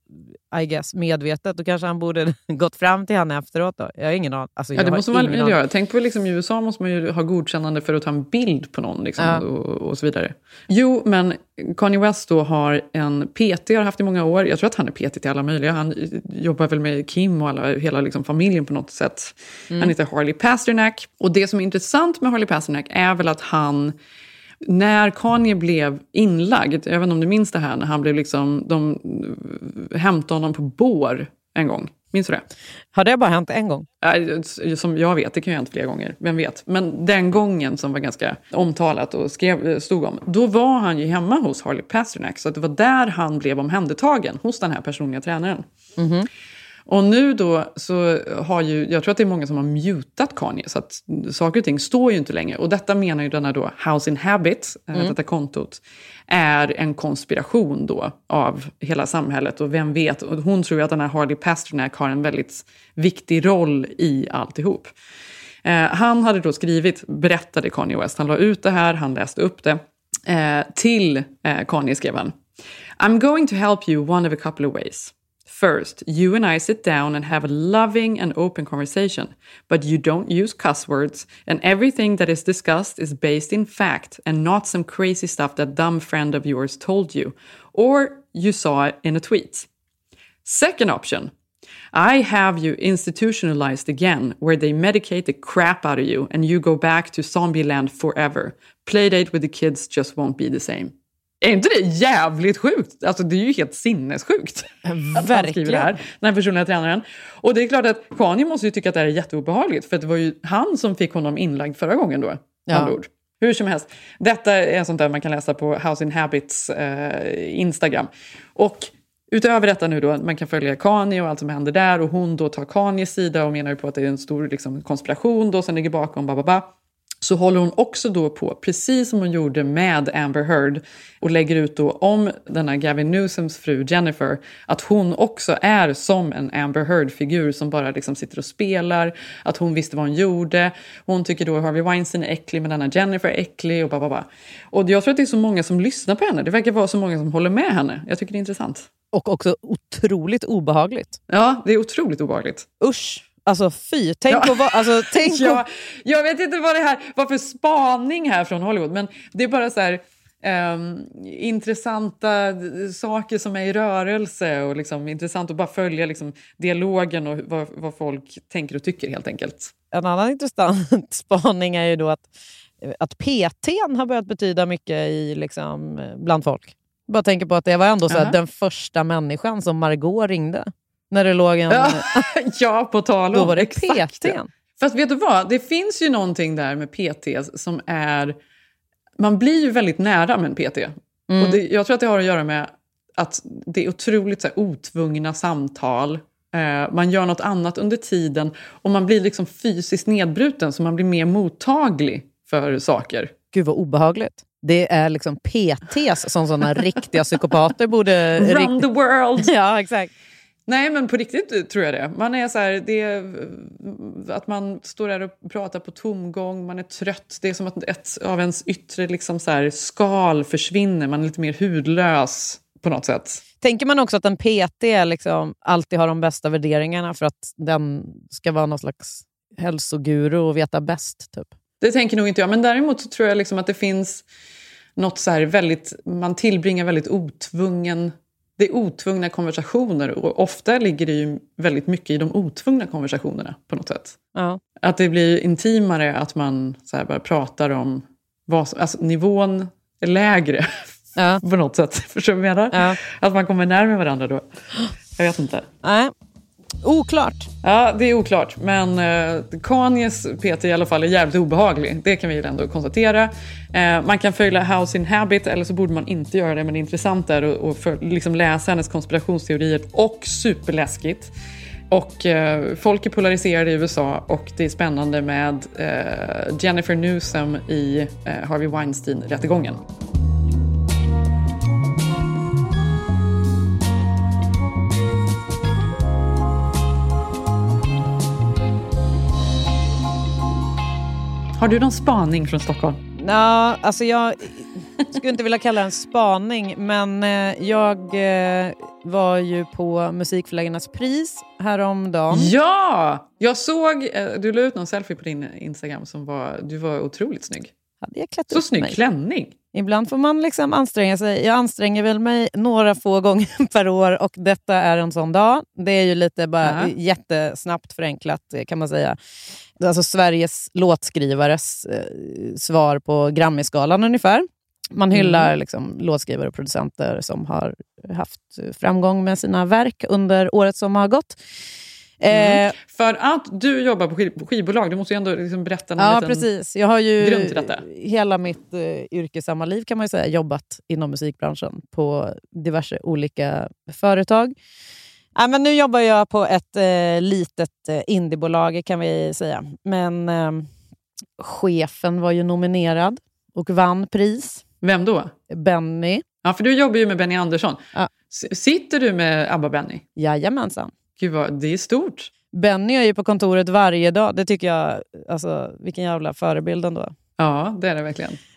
I guess, medvetet. Då kanske han borde gått fram till henne efteråt då. Jag har ingen aning. Alltså, ja, det måste man aning. göra. Tänk på liksom, i U S A måste man ju ha godkännande för att ta en bild på någon liksom, Ja. och, och så vidare. Jo, men Kanye West då har en P T, har haft i många år. Jag tror att han är P T till alla möjliga. Han jobbar väl med Kim och alla, hela liksom, familjen på något sätt. Mm. Han heter Harley Pasternak. Och det som är intressant med Harley Pasternak är väl att han... När Kanye blev inlagd, jag vet inte om du minns det här, när han blev liksom, de hämtade honom på bår en gång. Minns du det? Har det bara hänt en gång? Som jag vet, det kan ju ha hänt flera gånger, vem vet. Men den gången som var ganska omtalat och skrev, stod om, då var han ju hemma hos Harley Pasternak. Så att det var där han blev omhändertagen, hos den här personliga tränaren. Mm-hmm. Och nu då så har ju, jag tror att det är många som har mutat Kanye så att saker och ting står ju inte längre. Och detta menar ju denna då House Inhabit, mm. detta kontot, är en konspiration då av hela samhället. Och vem vet, och hon tror ju att den här Harley Pasternak har en väldigt viktig roll i alltihop. Eh, han hade då skrivit, berättade Kanye West, han la ut det här, han läste upp det. Eh, till eh, Kanye skrev han: I'm going to help you one of a couple of ways. First, you and I sit down and have a loving and open conversation, but you don't use cuss words, and everything that is discussed is based in fact and not some crazy stuff that dumb friend of yours told you, or you saw it in a tweet. Second option, I have you institutionalized again, where they medicate the crap out of you and you go back to Zombieland forever. Playdate with the kids just won't be the same. Är inte det jävligt sjukt? Alltså det är ju helt sinnessjukt. Verkligen. Det här, den här personliga tränaren. Och det är klart att Kanye måste ju tycka att det här är jätteobehagligt. För det var ju han som fick honom inlagd förra gången då. Ja. Ord. Hur som helst. Detta är sånt där man kan läsa på Housing Habits eh, Instagram. Och utöver detta nu då, man kan följa Kanye och allt som händer där. Och hon då tar Kanyes sida och menar ju på att det är en stor liksom, konspiration då som ligger bakom bababa. Så håller hon också då på, precis som hon gjorde med Amber Heard, och lägger ut då om denna Gavin Newsoms fru Jennifer, att hon också är som en Amber Heard-figur som bara liksom sitter och spelar, att hon visste vad hon gjorde. Hon tycker då Harvey Weinstein är äcklig, men denna Jennifer är äcklig och bababa. Och jag tror att det är så många som lyssnar på henne. Det verkar vara så många som håller med henne. Jag tycker det är intressant. Och också otroligt obehagligt. Ja, det är otroligt obehagligt. Usch. Alltså fy, tänk ja. på vad... Alltså, tänk ja, på... Jag vet inte vad det här var för spaning här från Hollywood, men det är bara så här um, intressanta saker som är i rörelse och liksom intressant att bara följa liksom, dialogen och vad, vad folk tänker och tycker helt enkelt. En annan intressant spaning är ju då att, att P T:n har börjat betyda mycket i, liksom, bland folk. Bara tänker på att det var ändå så här, den första människan som Margot ringde. När det låg en... ja, på tal om. Då var det P T:n. Fast vet du vad? Det finns ju någonting där med P T som är... Man blir ju väldigt nära med en P T. Mm. Och det, jag tror att det har att göra med att det är otroligt så här, otvungna samtal. Eh, man gör något annat under tiden. Och man blir liksom fysiskt nedbruten, så man blir mer mottaglig för saker. Gud vad obehagligt. Det är liksom P T:s som sådana riktiga psykopater borde... Run rikt... the world! Ja, exakt. Nej, men på riktigt tror jag det. Man är så här, det är att man står där och pratar på tomgång, man är trött. Det är som att ett av ens yttre liksom så här skal försvinner. Man är lite mer hudlös på något sätt. Tänker man också att en P T liksom alltid har de bästa värderingarna för att den ska vara någon slags hälsoguru och veta bäst, typ? Det tänker nog inte jag, men däremot så tror jag liksom att det finns något så här väldigt, man tillbringar väldigt otvungen... Det är otvungna konversationer, och ofta ligger det ju väldigt mycket i de otvungna konversationerna på något sätt. Ja. Att det blir intimare, att man så här bara pratar om vad som, alltså nivån är lägre ja. på något sätt. Förstår du vad jag menar? Ja. Att man kommer närmare varandra då. Jag vet inte. Nej. Oklart. Ja, det är oklart. Men eh, Kanyes P T i alla fall är jävligt obehaglig. Det kan vi ju ändå konstatera. Eh, man kan följa Housing Habit, eller så borde man inte göra det. Men det är intressant där och, och för, liksom läsa hennes konspirationsteorier. Och superläskigt. Och eh, folk är polariserade i U S A. Och det är spännande med eh, Jennifer Newsom i eh, Harvey Weinstein-rättegången. Har du någon spaning från Stockholm? Ja, alltså jag skulle inte vilja kalla det en spaning, men jag var ju på Musikförläggarnas pris häromdagen. Ja! Jag såg, du la ut någon selfie på din Instagram som var, du var otroligt snygg. Hade jag klätt Så upp snygg mig? Klänning. Ibland får man liksom anstränga sig. Jag anstränger väl mig några få gånger per år, och detta är en sån dag. Det är ju lite bara uh-huh. jättesnabbt förenklat, kan man säga. Alltså Sveriges låtskrivares eh, svar på Grammy-skalan ungefär. Man hyllar mm. liksom låtskrivare och producenter som har haft framgång med sina verk under året som har gått. Mm. Eh, För att du jobbar på, skiv- på skivbolag, du måste ju ändå liksom berätta någon ja, liten precis. Jag har ju grund till detta. Hela mitt eh, yrkesamma liv, kan man ju säga, jobbat inom musikbranschen på diverse olika företag. Ja, men nu jobbar jag på ett eh, litet eh, indiebolag, kan vi säga. Men eh, chefen var ju nominerad och vann pris. Vem då? Benny. Ja, för du jobbar ju med Benny Andersson. Ja. S- sitter du med Abba Benny? Jajamensan. Gud vad, det är stort. Benny är ju på kontoret varje dag. Det tycker jag, alltså vilken jävla förebild ändå. Ja, det är det verkligen.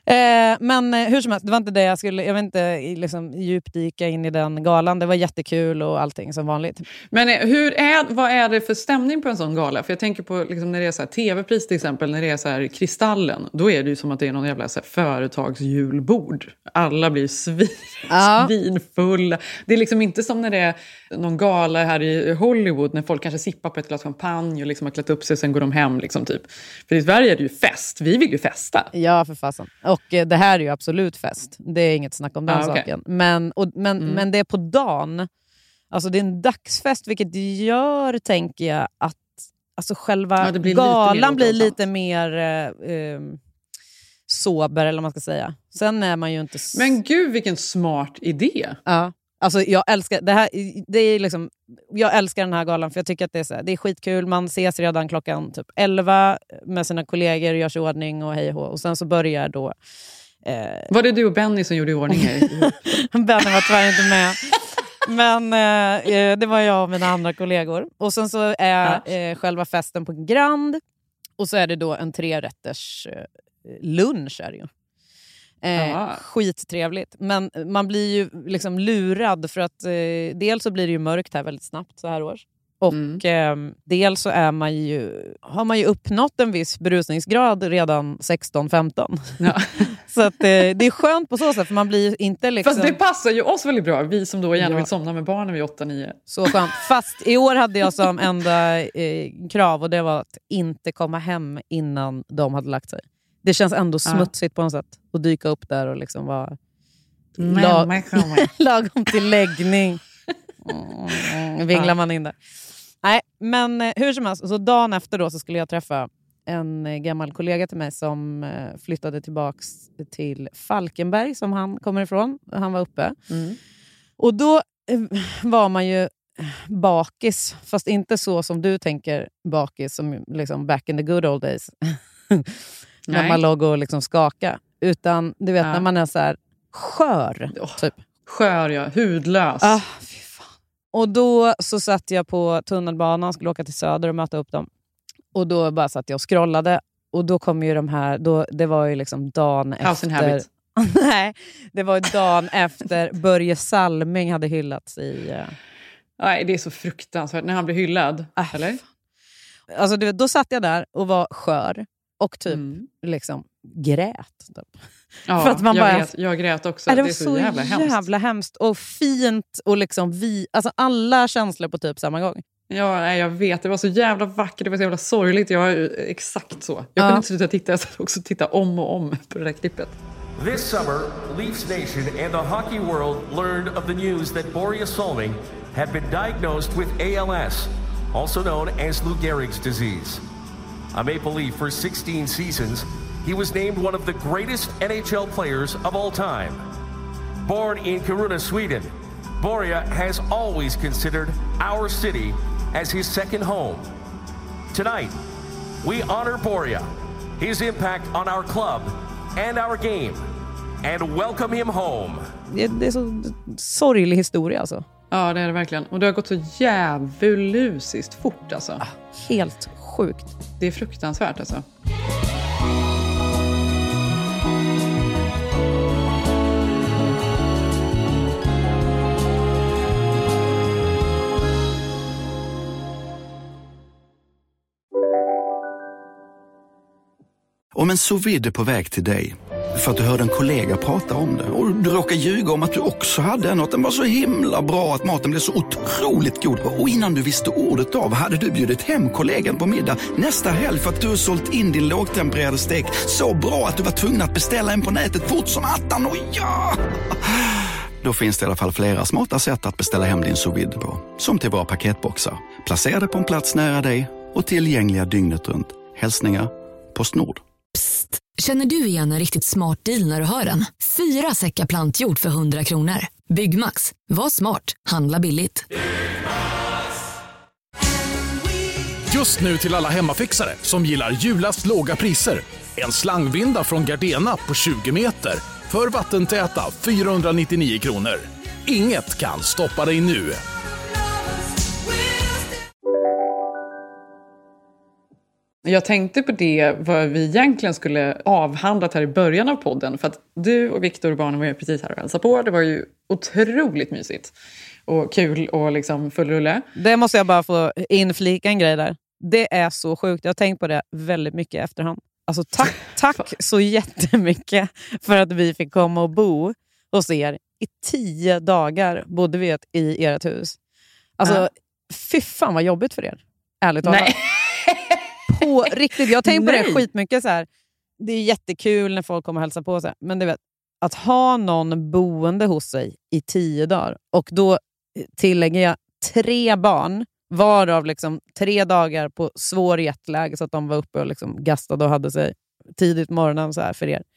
Eh, men eh, hur som helst, det var inte det jag skulle, jag vill inte liksom, djupdyka in i den galan. Det var jättekul och allting som vanligt. Men eh, hur är, vad är det för stämning på en sån gala? För jag tänker på liksom, när det är så här, tv-pris till exempel, när det är så här, Kristallen, då är det ju som att det är någon jävla så här, företagsjulbord. Alla blir svin, ja. svinfulla. Det är liksom inte som när det är någon gala här i Hollywood när folk kanske sippar på ett glas champagne och liksom har klätt upp sig och sen går de hem liksom, typ. För i Sverige är det ju fest. Vi vill ju festa. Ja, för fasen. Och eh, det här är ju absolut fest. Det är inget snack om den ah, okay. saken. Men, och, men, mm. men det är på dagen. Alltså det är en dagsfest, vilket gör, tänker jag, att alltså själva ja, blir galan lite blir lite mer eh, eh, sober, eller vad man ska säga. Sen är man ju inte... S- men gud, vilken smart idé! Ja. Alltså jag älskar det här, det är liksom, jag älskar den här galan för jag tycker att det är så här, det är skitkul. Man ses redan klockan typ elva med sina kollegor, gör sig i ordning och hej och hå. Och sen så börjar då eh... Var det du och Benny som gjorde i ordning här? Benny var tyvärr inte med. Men eh, det var jag och mina andra kollegor. Och sen så är ja. eh, själva festen på Grand. Och så är det då en trerätters eh, lunch är det ju. Eh, skittrevligt. Men man blir ju liksom lurad för att eh, dels så blir det ju mörkt här väldigt snabbt så här års. Och mm. eh, dels så är man ju, har man ju uppnått en viss berusningsgrad redan sexton femton. Ja. Så att, eh, det är skönt på så sätt för man blir ju inte liksom... Fast det passar ju oss väldigt bra, vi som då gärna ja. vill somna med barnen vid åtta nio. Så skönt. Fast i år hade jag som enda eh, krav och det var att inte komma hem innan de hade lagt sig. Det känns ändå smutsigt ja. på något sätt att dyka upp där och liksom vara lag- lagom till läggning. Mm, vinglar ja. man in där. Nej, men hur som helst, så dagen efter då så skulle jag träffa en gammal kollega till mig som flyttade tillbaks till Falkenberg som han kommer ifrån. Han var uppe. Mm. Och då var man ju bakis, fast inte så som du tänker bakis som liksom back in the good old days. När Nej. man låg och liksom skaka. Utan du vet ja. när man är så här skör. Oh, typ. Skör ja, hudlös. Ah, fy fan. Och då så satt jag på tunnelbanan, skulle åka till Söder och möta upp dem. Och då bara satt jag och scrollade. Och då kom ju de här, då, det var ju liksom dagen House efter. Nej, det var ju dagen efter Börje Salming hade hyllats i... Uh... Nej, det är så fruktansvärt när han blev hyllad, äh, eller? Alltså du vet, då satt jag där och var skör. Och typ mm. liksom grät. Typ. Ja, för att man jag, bara, grät, jag grät också. Det, det var är så, så jävla hemskt. jävla hemskt. Och fint. Och liksom vi, alltså alla känslor på typ samma gång. Ja, nej, jag vet. Det var så jävla vackert. Det var så jävla sorgligt. Jag var exakt så. Jag kunde ja. inte sluta titta. Jag satt också titta om och om på det där klippet. This summer, Leafs Nation and the hockey world learned of the news that Borje Salming had been diagnosed with A L S, also known as Lou Gehrig's disease. A Maple Leaf for sixteen seasons, he was named one of the greatest N H L players of all time. Born in Kiruna, Sweden, Borje has always considered our city as his second home. Tonight, we honor Borje, his impact on our club and our game, and welcome him home. Det, det är så sorglig historia alltså. Ja, det är det verkligen. Och det har gått så jävulusiskt fort alltså. Ah, helt sjukt. Det är fruktansvärt alltså. Om en sous vide är på väg till dig för att du hörde en kollega prata om det och du råkar ljuga om att du också hade en och att den var så himla bra att maten blev så otroligt god. Och innan du visste ordet av hade du bjudit hem kollegan på middag nästa helg för att du har sålt in din lågtempererade stek så bra att du var tvungen att beställa en på nätet fort som attan. Och ja! Då finns det i alla fall flera smarta sätt att beställa hem din sous vide på. Som till våra paketboxar. Placerade på en plats nära dig och tillgängliga dygnet runt. Hälsningar Postnord. Psst, känner du igen en riktigt smart deal när du hör den? Fyra säckar plantjord för hundra kronor. Byggmax, var smart, handla billigt. Just nu till alla hemmafixare som gillar julast låga priser. En slangvinda från Gardena på tjugo meter för vattentäta fyrahundranittionio kronor. Inget kan stoppa dig nu. Jag tänkte på det, vad vi egentligen skulle avhandlat här i början av podden. För att du och Viktor och barnen var ju precis här och hälsade på. Det var ju otroligt mysigt och kul och liksom full rulle. Det måste jag bara få inflika en grej där. Det är så sjukt. Jag har tänkt på det väldigt mycket i efterhand. Alltså tack, tack så jättemycket för att vi fick komma och bo hos er. I tio dagar bodde vi i ert hus. Alltså, uh. fy fan vad jobbigt för er. Ärligt talat. Nej. På riktigt. Jag tänker på Nej. det skitmycket så här. Det är jättekul när folk kommer och hälsar på sig. Men du vet, att ha någon boende hos sig i tio dagar. Och då tillägger jag tre barn. Varav liksom tre dagar på svår jetlag. Så att de var uppe och liksom gastade och hade sig tidigt morgonen så här för er.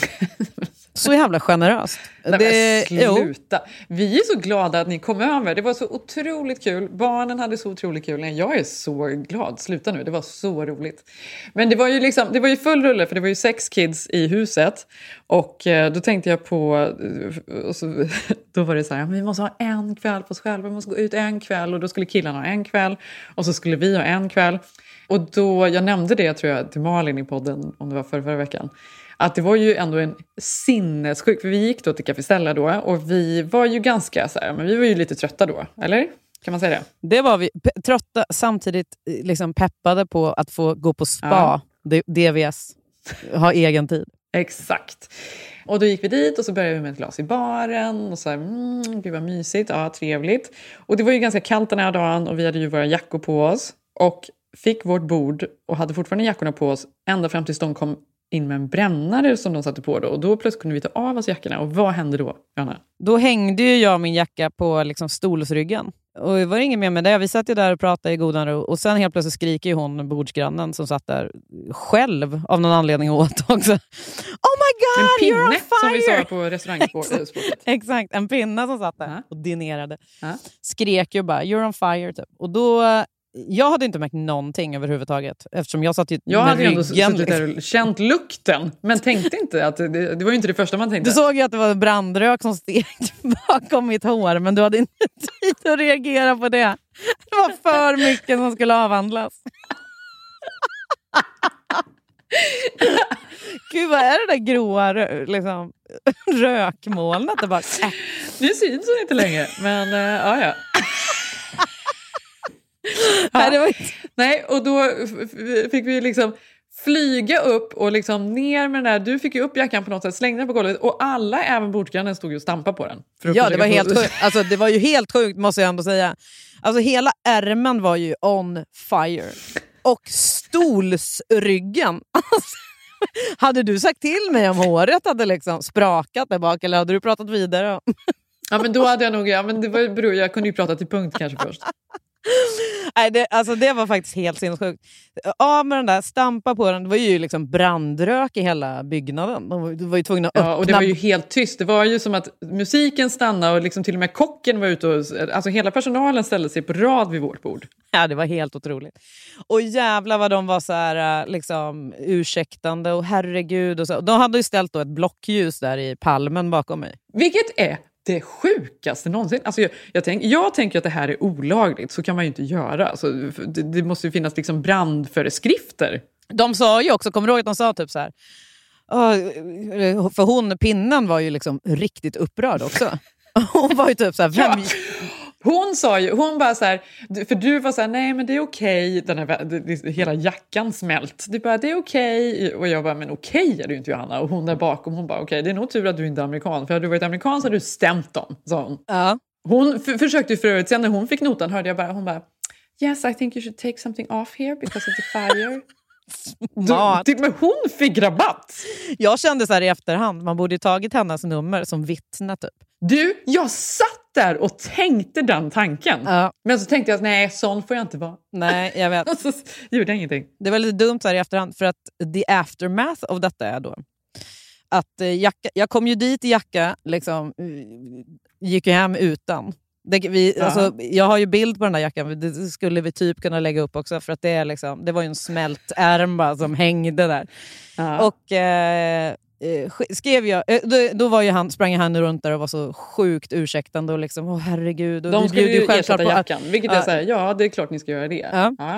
Så jävla generöst. Nej, det, sluta. Jo. Vi är så glada att ni kom över. Det var så otroligt kul. Barnen hade så otroligt kul. Jag är så glad. Sluta nu. Det var så roligt. Men det var ju liksom, det var ju full rulle för det var ju sex kids i huset. Och då tänkte jag på och så, då var det så här, vi måste ha en kväll på oss själva. Vi måste gå ut en kväll och då skulle killarna ha en kväll och så skulle vi ha en kväll. Och då, jag nämnde det tror jag till Malin i podden om det var förra, förra veckan. Att det var ju ändå en sinnessjuk, för vi gick då till Café Stella då och vi var ju ganska så här, men vi var ju lite trötta då, eller? Kan man säga det? Det var vi, pe- trötta samtidigt liksom peppade på att få gå på spa, ja. D- D V S, ha egen tid. Exakt. Och då gick vi dit och så började vi med ett glas i baren och så här, mm, gud vad mysigt, ja trevligt. Och det var ju ganska kallt den här dagen och vi hade ju våra jackor på oss och fick vårt bord och hade fortfarande jackorna på oss ända fram tills de kom in med en brännare som de satte på då. Och då plötsligt kunde vi ta av oss jackorna. Och vad hände då, Johanna? Då hängde ju jag min jacka på liksom stolsryggen. Och det var inget mer med det. Vi satt ju där och pratade i godan ro. Och sen helt plötsligt skriker ju hon, bordsgrannen, som satt där själv av någon anledning åt också. Oh my god, en pinne, you're on fire! som vi sa på restaurangspåret. Exakt, en pinne som satt där uh-huh. och dinerade. Uh-huh. Skrek ju bara, you're on fire typ. Och då... Jag hade inte märkt någonting överhuvudtaget. Eftersom jag satt ju Jag med hade ju ändå ryggen. suttit där och känt lukten. Men tänkte inte att det, det var ju inte det första man tänkte. Du såg ju att det var en brandrök som steg bakom mitt hår. Men du hade inte tid att reagera på det. Det var för mycket som skulle avhandlas. Gud, vad är det där gråa liksom, rökmolnet? Det bara, äh. Nu syns hon inte längre. Men äh, ja, ja. Ja. Nej, det var inte... Nej, och då fick vi liksom flyga upp och liksom ner med den där. Du fick ju upp jackan på något sätt, slängde den på golvet och alla, även bordsgrannen, stod ju och stampade på den. Ja, det var helt sjukt. Alltså, det var ju helt sjukt, måste jag ändå säga. Alltså hela ärmen var ju on fire. Och stolsryggen. Alltså, hade du sagt till mig om håret hade liksom sprakat där bak, eller hade du pratat vidare? Ja, men då hade jag nog, ja men det var beror, jag kunde ju prata till punkt kanske först. Nej, det, alltså det var faktiskt helt sinnessjukt. Ja, med den där stampa på den, det var ju liksom brandrök i hela byggnaden. De var, de var ju tvungna att öppna. Ja, och det var ju helt tyst. Det var ju som att musiken stannade och liksom till och med kocken var ute och, alltså hela personalen ställde sig på rad vid vårt bord. Ja, det var helt otroligt. Och jävla vad de var så här liksom ursäktande och herregud och så. De hade ju ställt då ett blockljus där i palmen bakom mig. Vilket är det sjukaste någonsin. Alltså jag, jag, tänk, jag tänker att det här är olagligt. Så kan man ju inte göra. Alltså, det, det måste ju finnas liksom brandföreskrifter. De sa ju också, kommer du ihåg att de sa typ så här. Oh, för hon, pinnen var ju liksom riktigt upprörd också. Hon var ju typ så här, vem... Ja. Hon sa ju, hon bara så här, för du var så här, nej men det är okej, den här, det, hela jackan smält. Du bara, det är okej. Och jag bara, men okej är det ju inte, Johanna. Och hon där bakom, hon bara, okej, det är nog tur att du inte är amerikan. För hade du varit amerikan så hade du stämt dem, sa hon. Ja. Hon f- försökte ju för övrigt, sen när hon fick notan hörde jag bara, hon bara, yes I think you should take something off here because of the fire. Du, till och med hon fick rabatt. Jag kände så här i efterhand, man borde ju tagit hennes nummer som vittne typ. Du, jag satt där och tänkte den tanken. Ja. Men så tänkte jag, nej, sån får jag inte vara. Nej, jag vet. Och så gjorde jag ingenting. Det var lite dumt så här i efterhand, för att the aftermath av detta är då att jacka, jag kom ju dit i jacka, liksom, gick ju hem utan. Det, vi, ja. alltså, jag har ju bild på den där jackan, det skulle vi typ kunna lägga upp också, för att det, är liksom, det var ju en smält ärm som hängde där. Ja. Och eh, skrev jag, då, då var ju han, sprang han runt där och var så sjukt ursäktande och liksom, åh herregud. Och de skulle ju självklart ersätta på jackan, vilket ja. är så här, ja det är klart ni ska göra det. Ja. Ja.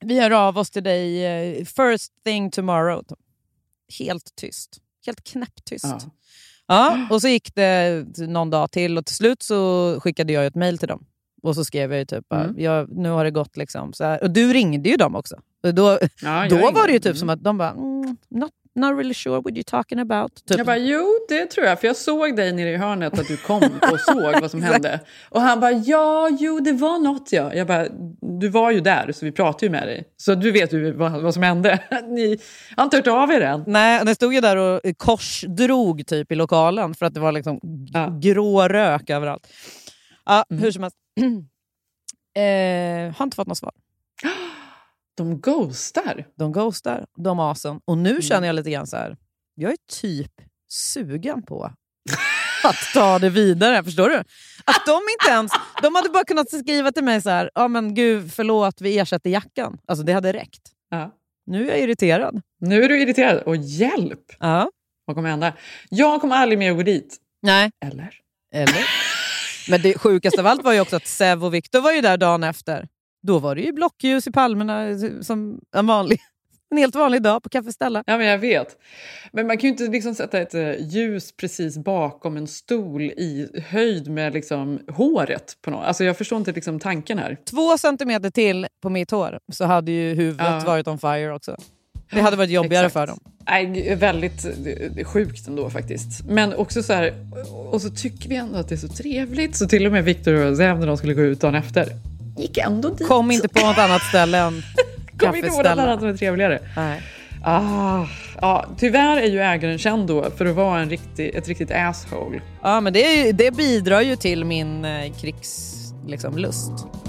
Vi hör av oss till dig uh, first thing tomorrow. Helt tyst. Helt knäpptyst. Ja. Ja, och så gick det någon dag till och till slut så skickade jag ett mejl till dem. Och så skrev jag ju typ, mm. ja, nu har det gått liksom så här. Och du ringde ju dem också. Och då ja, då var det ju typ mm. som att de bara, mm, not, not really sure what you're talking about. Typ. Jag bara, jo det tror jag. För jag såg dig nere i hörnet att du kom och såg vad som hände. Och han bara, ja, jo det var något ja. Jag bara, du var ju där så vi pratade ju med dig. Så du vet ju vad, vad som hände. Ni har inte hört av er än. Nej, det stod ju där och korsdrog typ i lokalen. För att det var liksom ja. grå rök överallt. Ja, mm. hur som helst. eh, har inte fått något svar. De ghostar. De ghostar, de asen. Och nu känner jag lite grann så här. Jag är typ sugen på att ta det vidare, förstår du? Att de inte ens, de hade bara kunnat skriva till mig så här, ja men gud förlåt vi ersätter jackan. Alltså det hade räckt. Ja. Nu är jag irriterad. Nu är du irriterad och hjälp. Ja. Vad kommer hända? Jag kommer aldrig mer att gå dit. Nej. Eller? Eller? Men det sjukaste av allt var ju också att Sev och Victor var ju där dagen efter. Då var det ju blockljus i palmerna som en vanlig, en helt vanlig dag på Kaffeställa. Ja men jag vet. Men man kan ju inte liksom sätta ett uh, ljus precis bakom en stol i höjd med liksom håret på något. Alltså jag förstår inte liksom tanken här. Två centimeter till på mitt hår så hade ju huvudet ja. varit on fire också. Det hade varit jobbigare Exakt. för dem. Nej, väldigt sjukt ändå faktiskt. Men också så här, och så tycker vi ändå att det är så trevligt. Så till och med Victor och Zev när de skulle gå ut dagen efter. Gick ändå dit. Kom inte på något annat ställe än Kom inte på något annat som är trevligare. Nej. Ah, ja, tyvärr är ju ägaren känd då för att vara en riktig, ett riktigt asshole. Ja, men det, är ju, det bidrar ju till min eh, krigs liksom, lust.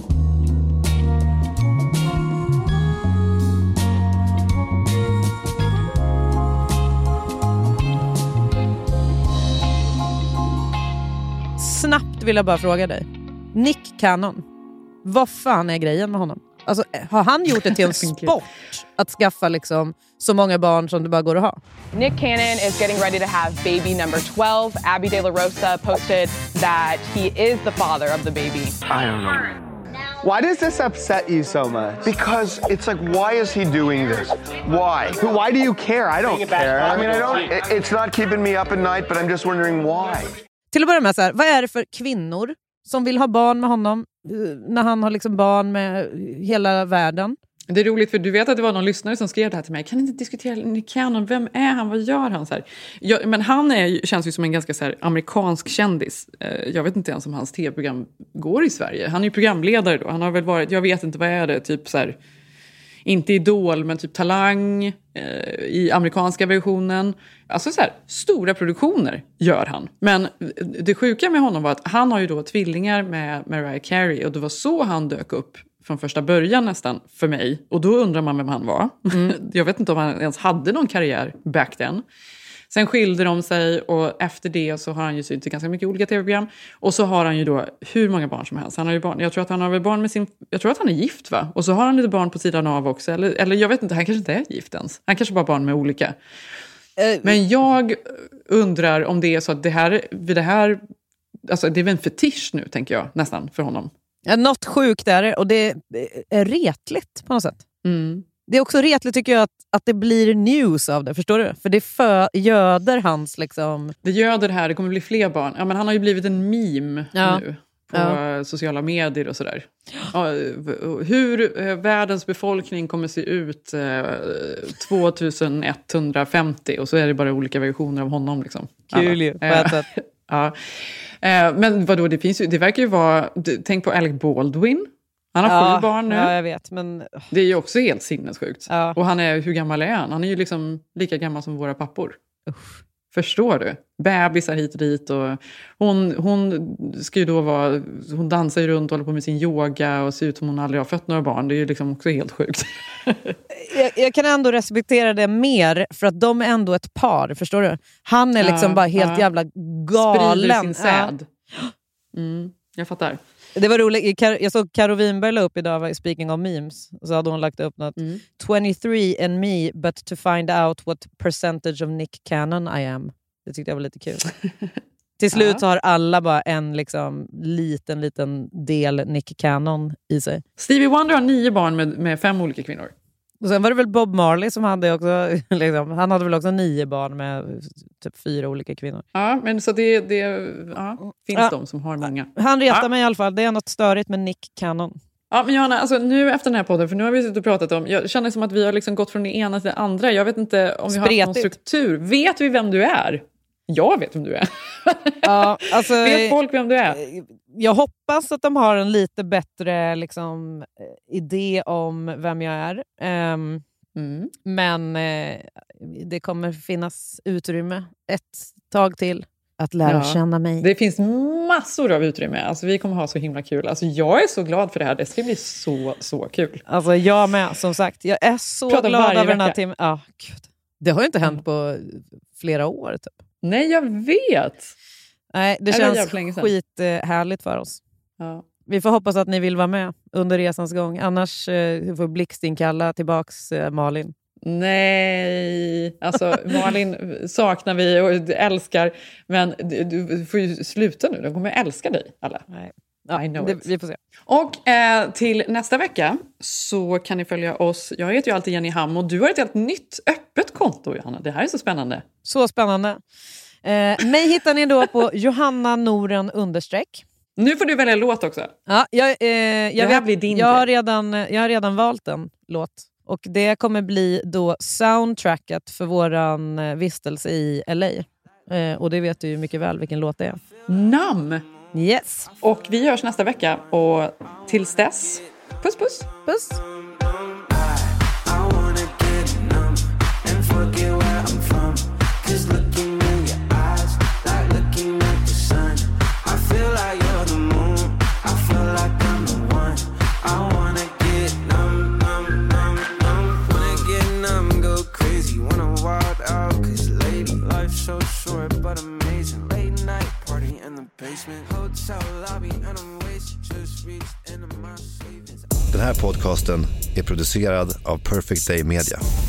Snabbt vill jag bara fråga dig. Nick Cannon. Vad fan är grejen med honom? Alltså, har han gjort det till en sport att skaffa liksom så många barn som det bara går att ha? Nick Cannon is getting ready to have baby number twelve. Abby De La Rosa posted that he is the father of the baby. I don't know. Why does this upset you so much? Because it's like, why is he doing this? Why? Why do you care? I don't care. I mean, I don't. It's not keeping me up at night, but I'm just wondering why. Till att börja med så här, vad är det för kvinnor som vill ha barn med honom när han har liksom barn med hela världen? Det är roligt för du vet att det var någon lyssnare som skrev det här till mig. Kan inte diskutera Nick Cannon? Vem är han? Vad gör han? Så här. Jag, men han är, känns ju som en ganska så här, amerikansk kändis. Jag vet inte ens om hans tv-program går i Sverige. Han är ju programledare då. Han har väl varit, jag vet inte vad är det, typ så här, inte Idol men typ Talang eh, i amerikanska versionen. Alltså så här, stora produktioner gör han. Men det sjuka med honom var att han har ju då tvillingar med Mariah Carey och det var så han dök upp från första början nästan för mig. Och då undrar man vem han var. Mm. Jag vet inte om han ens hade någon karriär back then. Sen skilde de sig och efter det så har han ju sytt i ganska mycket olika tv-program. Och så har han ju då hur många barn som helst. Han har ju barn. Jag tror att han har väl barn med sin... Jag tror att han är gift va? Och så har han lite barn på sidan av också. Eller, eller jag vet inte, han kanske inte är gift ens. Han kanske bara har barn med olika. Uh, Men jag undrar om det är så att det här... Det här alltså det är väl en fetisch nu tänker jag nästan för honom. Ja, något sjukt är det och det är retligt på något sätt. Mm. Det är också retligt tycker jag att, att det blir news av det, förstår du? För det för, göder hans liksom... Det göder det här, det kommer bli fler barn. Ja, men han har ju blivit en meme ja. nu på ja. sociala medier och sådär. Ja, hur världens befolkning kommer se ut eh, tjugoetthundrafemtio och så är det bara olika versioner av honom liksom. Kul ju, på ett sätt. Ja. Eh, men vadå, det finns ju, det verkar ju vara, tänk på Alec Baldwin. Han har ja, sju barn nu. Ja, jag vet, men... Det är ju också helt sinnessjukt. Ja. Och han är, hur gammal är han? Han är ju liksom lika gammal som våra pappor. Usch. Förstår du? Bebisar hit och dit. Och hon, hon ska ju då vara... Hon dansar ju runt och håller på med sin yoga och ser ut som hon aldrig har fött några barn. Det är ju liksom också helt sjukt. jag, jag kan ändå respektera det mer för att de är ändå ett par, förstår du? Han är liksom ja, bara helt ja. jävla galen. Sprider sin säd. Ja. Mm, jag fattar. Det var roligt. Jag såg Karo Winberg la upp idag, speaking of memes. Och så hade hon lagt upp något. Mm. twenty-three and me, but to find out what percentage of Nick Cannon I am. Det tyckte jag var lite kul. Till slut Ja. har alla bara en liksom, liten, liten del Nick Cannon i sig. Stevie Wonder har nio barn med, med fem olika kvinnor. Och sen var det väl Bob Marley som hade också, liksom, han hade väl också nio barn med typ fyra olika kvinnor. Ja, men så det, det ja, finns Ja. de som har många. Han retar Ja. mig i alla fall. Det är något störigt med Nick Cannon. Ja, men Johanna, alltså nu efter den här podden, för nu har vi suttit och pratat om, jag känner som att vi har liksom gått från det ena till det andra. Jag vet inte om vi har haft någon struktur. Vet vi vem du är? Jag vet vem du är. Ja, alltså, vet folk vem du är? Jag hoppas att de har en lite bättre liksom, idé om vem jag är. Um, mm. Men eh, det kommer finnas utrymme ett tag till att lära Ja. känna mig. Det finns massor av utrymme. Alltså, vi kommer ha så himla kul. Alltså, jag är så glad för det här. Det ska bli så, så kul. Alltså jag med, som sagt. Jag är så Prata glad varje över den här vecka. timmen. Ah, gud. Det har ju inte hänt på flera år typ. Nej, jag vet. Nej, det Det var känns jävligt länge sedan. skithärligt för oss. Ja. Vi får hoppas att ni vill vara med under resans gång. Annars eh, får blixtinkalla tillbaks eh, Malin. Nej, alltså Malin saknar vi och älskar. Men du, du får ju sluta nu. De kommer älska dig alla. Nej. I know det, it. vi får se. Och eh, till nästa vecka så kan ni följa oss. Jag heter ju alltid Jenny Ham och du har ett helt nytt öppet konto, Johanna. Det här är så spännande. Så spännande. Eh, mig hittar ni då på Johanna Noren understreck. Nu får du välja låt också. Ja, jag, eh, jag, Det här vet, blir din jag, har grej. redan, jag har redan valt en låt. Och det kommer bli då soundtracket för våran eh, vistelse i L A. Eh, och det vet du ju mycket väl vilken låt det är. Namn! Yes. Och vi hörs nästa vecka. Och tills dess, puss puss! Puss! Den här podcasten är producerad av Perfect Day Media.